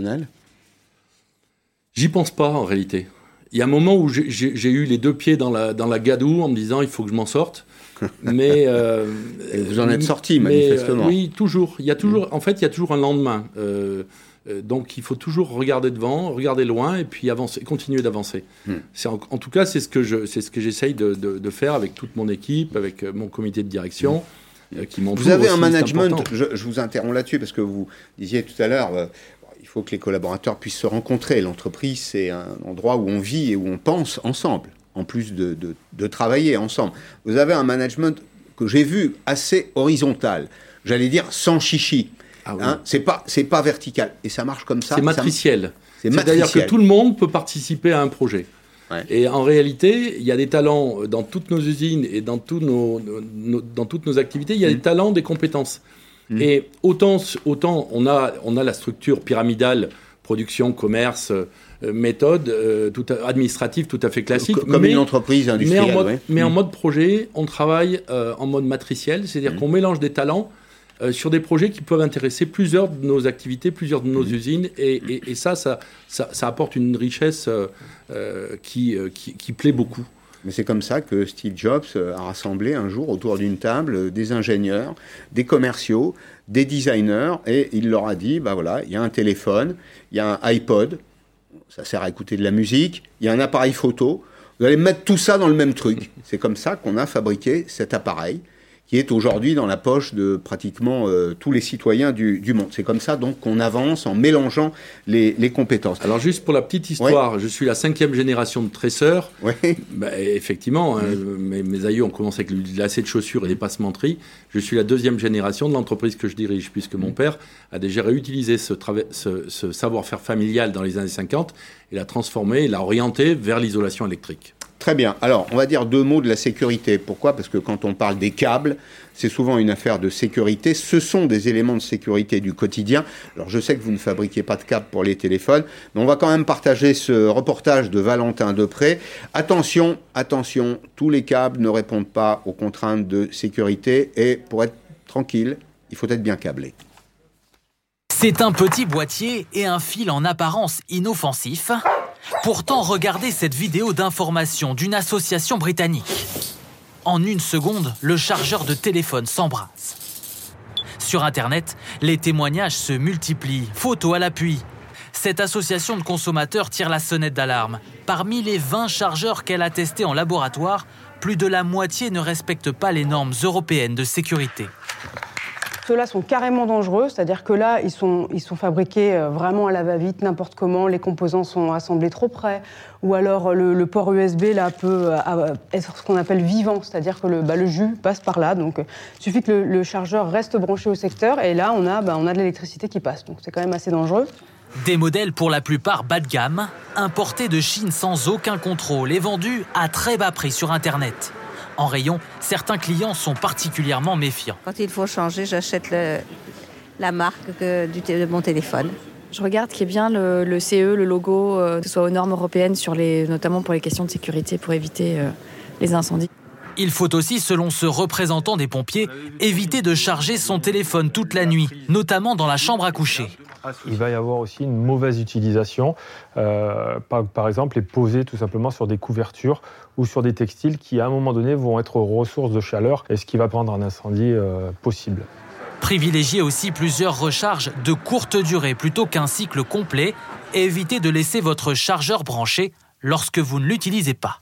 J'y pense pas en réalité. Il y a un moment où j'ai, j'ai, j'ai eu les deux pieds dans la, dans la gadoue en me disant il faut que je m'en sorte. Mais euh, et vous en êtes sorti manifestement. Euh, oui, toujours. Il y a toujours. Mmh. En fait, il y a toujours un lendemain. Euh, euh, donc, il faut toujours regarder devant, regarder loin, et puis avancer, continuer d'avancer. Mmh. C'est en, en tout cas, c'est ce que je, c'est ce que j'essaye de, de, de faire avec toute mon équipe, avec mon comité de direction, mmh. euh, qui m'entoure. Vous avez aussi, un management. Je, je vous interromps là-dessus parce que vous disiez tout à l'heure. Euh, il faut que les collaborateurs puissent se rencontrer. L'entreprise, c'est un endroit où on vit et où on pense ensemble, en plus de, de, de travailler ensemble. Vous avez un management que j'ai vu assez horizontal, j'allais dire sans chichi. Ah oui. Hein, c'est pas, c'est pas vertical. Et ça marche comme ça. C'est matriciel. Ça, c'est matriciel. C'est-à-dire que tout le monde peut participer à un projet. Ouais. Et en réalité, il y a des talents dans toutes nos usines et dans, tous nos, nos, dans toutes nos activités. Il y a mmh. des talents, des compétences. Mmh. Et autant, autant on, a, on a la structure pyramidale, production, commerce, euh, méthode euh, tout à, administrative tout à fait classique. Comme mais, une entreprise industrielle. Mais en mode, ouais. mais mmh. en mode projet, on travaille euh, en mode matriciel, c'est-à-dire mmh. qu'on mélange des talents euh, sur des projets qui peuvent intéresser plusieurs de nos activités, plusieurs de nos mmh. usines. Et, et, et ça, ça, ça, ça apporte une richesse euh, euh, qui, euh, qui, qui plaît beaucoup. Mais c'est comme ça que Steve Jobs a rassemblé un jour autour d'une table des ingénieurs, des commerciaux, des designers, et il leur a dit, bah voilà, il y a un téléphone, il y a un iPod, ça sert à écouter de la musique, il y a un appareil photo, vous allez mettre tout ça dans le même truc. C'est comme ça qu'on a fabriqué cet appareil, qui est aujourd'hui dans la poche de pratiquement euh, tous les citoyens du, du monde. C'est comme ça donc qu'on avance en mélangeant les, les compétences. Alors juste pour la petite histoire, ouais. je suis la cinquième génération de tresseurs. Ouais. Bah, effectivement, mmh. hein, mes, mes aïeux ont commencé avec le lacet de chaussures et des passementeries. Je suis la deuxième génération de l'entreprise que je dirige, puisque mmh. mon père a déjà réutilisé ce, trava- ce, ce savoir-faire familial dans les années cinquante et l'a transformé et l'a orienté vers l'isolation électrique. Très bien. Alors, on va dire deux mots de la sécurité. Pourquoi ? Parce que quand on parle des câbles, c'est souvent une affaire de sécurité. Ce sont des éléments de sécurité du quotidien. Alors, je sais que vous ne fabriquez pas de câbles pour les téléphones, mais on va quand même partager ce reportage de Valentin Depré. Attention, attention, tous les câbles ne répondent pas aux contraintes de sécurité et pour être tranquille, il faut être bien câblé. C'est un petit boîtier et un fil en apparence inoffensif. Pourtant, regardez cette vidéo d'information d'une association britannique. En une seconde, le chargeur de téléphone s'embrase. Sur Internet, les témoignages se multiplient, photos à l'appui. Cette association de consommateurs tire la sonnette d'alarme. Parmi les vingt chargeurs qu'elle a testés en laboratoire, plus de la moitié ne respectent pas les normes européennes de sécurité. Ceux-là sont carrément dangereux, c'est-à-dire que là, ils sont, ils sont fabriqués vraiment à la va-vite, n'importe comment, les composants sont assemblés trop près, ou alors le, le port U S B là, peut être ce qu'on appelle vivant, c'est-à-dire que le, bah, le jus passe par là, donc il suffit que le, le chargeur reste branché au secteur, et là, on a, bah, on a de l'électricité qui passe, donc c'est quand même assez dangereux. Des modèles pour la plupart bas de gamme, importés de Chine sans aucun contrôle et vendus à très bas prix sur Internet. En rayon, certains clients sont particulièrement méfiants. Quand il faut changer, j'achète le, la marque que, du, de mon téléphone. Je regarde qu'il y ait bien le, le C E, le logo, euh, que ce soit aux normes européennes, sur les, notamment pour les questions de sécurité, pour éviter euh, les incendies. Il faut aussi, selon ce représentant des pompiers, éviter de charger son téléphone toute la nuit, notamment dans la chambre à coucher. Il va y avoir aussi une mauvaise utilisation, euh, par, par exemple les poser tout simplement sur des couvertures ou sur des textiles qui à un moment donné vont être ressources de chaleur et ce qui va prendre un incendie euh, possible. Privilégiez aussi plusieurs recharges de courte durée plutôt qu'un cycle complet et évitez de laisser votre chargeur branché lorsque vous ne l'utilisez pas.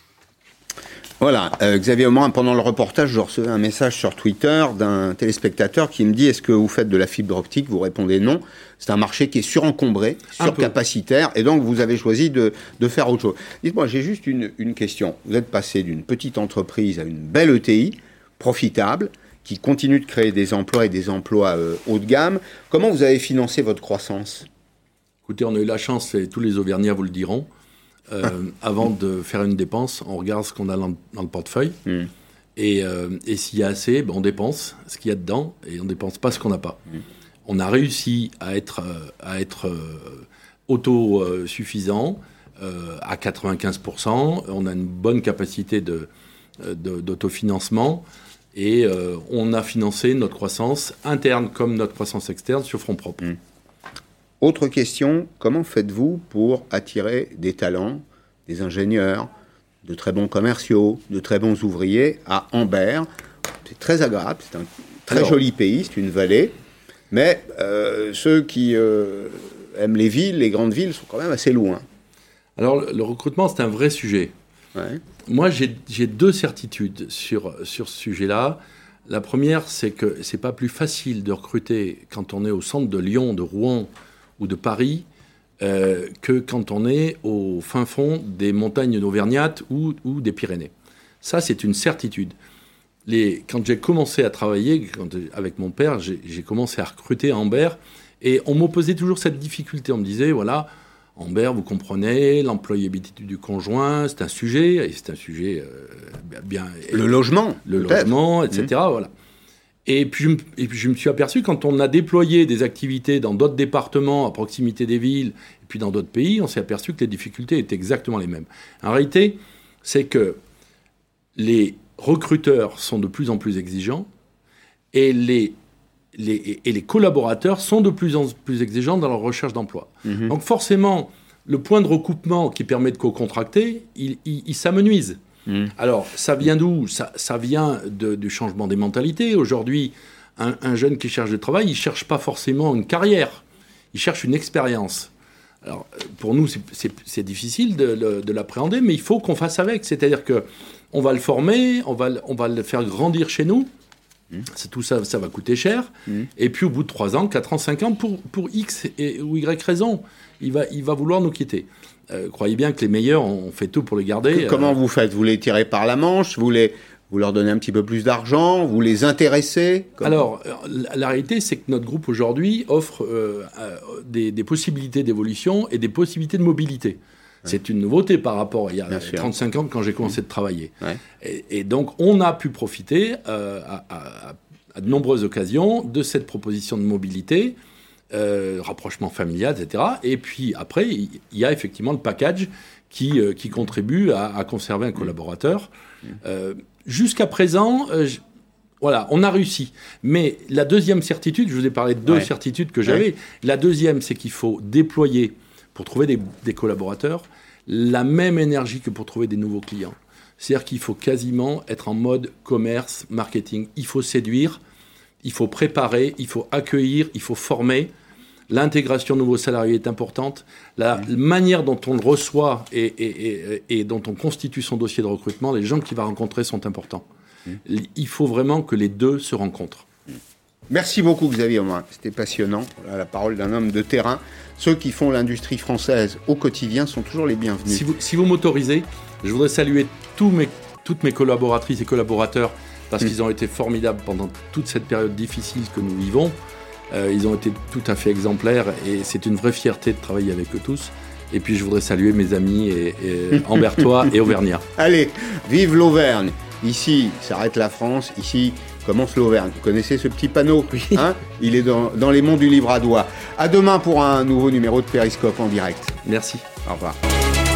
Voilà, euh, Xavier Aumont, pendant le reportage, je recevais un message sur Twitter d'un téléspectateur qui me dit « Est-ce que vous faites de la fibre optique ?» Vous répondez non. C'est un marché qui est surencombré, surcapacitaire, et donc vous avez choisi de, de faire autre chose. Dites-moi, j'ai juste une, une question. Vous êtes passé d'une petite entreprise à une belle E T I, profitable, qui continue de créer des emplois et des emplois euh, haut de gamme. Comment vous avez financé votre croissance ? Écoutez, on a eu la chance, et tous les Auvergnats vous le diront, Euh, avant de faire une dépense, on regarde ce qu'on a dans, dans le portefeuille. Mmh. Et, euh, et s'il y a assez, ben on dépense ce qu'il y a dedans et on ne dépense pas ce qu'on n'a pas. Mmh. On a réussi à être, euh, à être euh, autosuffisant euh, à quatre-vingt-quinze pour cent. On a une bonne capacité de, de, d'autofinancement et euh, on a financé notre croissance interne comme notre croissance externe sur fonds propres. Mmh. Autre question, comment faites-vous pour attirer des talents, des ingénieurs, de très bons commerciaux, de très bons ouvriers à Ambert ? C'est très agréable, c'est un très Alors, joli pays, c'est une vallée, mais euh, ceux qui euh, aiment les villes, les grandes villes, sont quand même assez loin. Alors le, le recrutement, c'est un vrai sujet. Ouais. Moi, j'ai, j'ai deux certitudes sur, sur ce sujet-là. La première, c'est que c'est pas plus facile de recruter quand on est au centre de Lyon, de Rouen, ou de Paris, euh, que quand on est au fin fond des montagnes auvergnates ou, ou des Pyrénées. Ça, c'est une certitude. Les, quand j'ai commencé à travailler quand, avec mon père, j'ai, j'ai commencé à recruter à Ambert, et on m'opposait toujours cette difficulté. On me disait, voilà, Ambert, vous comprenez, l'employabilité du conjoint, c'est un sujet, et c'est un sujet euh, bien... Le logement, Le peut-être. logement, et cetera, mmh. voilà. Et puis, je me, et puis je me suis aperçu, quand on a déployé des activités dans d'autres départements, à proximité des villes, et puis dans d'autres pays, on s'est aperçu que les difficultés étaient exactement les mêmes. En réalité, c'est que les recruteurs sont de plus en plus exigeants, et les, les, et les collaborateurs sont de plus en plus exigeants dans leur recherche d'emploi. Mmh. Donc forcément, le point de recoupement qui permet de co-contracter, il, il, il s'amenuise. Mmh. Alors, ça vient d'où ? ça, ça vient de, du changement des mentalités. Aujourd'hui, un, un jeune qui cherche du travail, il ne cherche pas forcément une carrière, il cherche une expérience. Alors, pour nous, c'est, c'est, c'est difficile de, de, de l'appréhender, mais il faut qu'on fasse avec. C'est-à-dire qu'on va le former, on va, on va le faire grandir chez nous. Mmh. C'est, tout ça, ça va coûter cher. Mmh. Et puis, au bout de trois ans, quatre ans, cinq ans, pour, pour X et, ou Y raison, il va, il va vouloir nous quitter. Euh, croyez bien que les meilleurs, on fait tout pour les garder. Comment euh... vous faites ? Vous les tirez par la manche ? Vous, les, vous leur donnez un petit peu plus d'argent ? Vous les intéressez ? Comment... Alors, la, la réalité, c'est que notre groupe, aujourd'hui, offre euh, euh, des, des possibilités d'évolution et des possibilités de mobilité. Ouais. C'est une nouveauté par rapport à il y a bien trente-cinq sûr. ans quand j'ai commencé mmh. de travailler. Ouais. Et, et donc, on a pu profiter euh, à, à, à de nombreuses occasions de cette proposition de mobilité. Euh, rapprochement familial, et cetera. Et puis après, il y a effectivement le package qui, euh, qui contribue à, à conserver un collaborateur. Euh, jusqu'à présent, euh, j- voilà, on a réussi. Mais la deuxième certitude, je vous ai parlé de deux ouais. certitudes que j'avais. Ouais. La deuxième, c'est qu'il faut déployer, pour trouver des, des collaborateurs, la même énergie que pour trouver des nouveaux clients. C'est-à-dire qu'il faut quasiment être en mode commerce, marketing. Il faut séduire, il faut préparer, il faut accueillir, il faut former. L'intégration de nouveaux salariés est importante. La mmh. manière dont on le reçoit et, et, et, et dont on constitue son dossier de recrutement, les gens qu'il va rencontrer sont importants. Mmh. Il faut vraiment que les deux se rencontrent. Mmh. Merci beaucoup Xavier Aumont. C'était passionnant. Voilà la parole d'un homme de terrain. Ceux qui font l'industrie française au quotidien sont toujours les bienvenus. Si vous, si vous m'autorisez, je voudrais saluer tous mes, toutes mes collaboratrices et collaborateurs parce mmh. qu'ils ont été formidables pendant toute cette période difficile que nous vivons. Euh, ils ont été tout à fait exemplaires et c'est une vraie fierté de travailler avec eux tous. Et puis je voudrais saluer mes amis et, et Ambertois et Auvergnats. Allez, vive l'Auvergne. Ici s'arrête la France, ici commence l'Auvergne. Vous connaissez ce petit panneau oui. hein Il est dans, dans les monts du Livradois. À demain pour un nouveau numéro de Périscope en direct. Merci. Au revoir.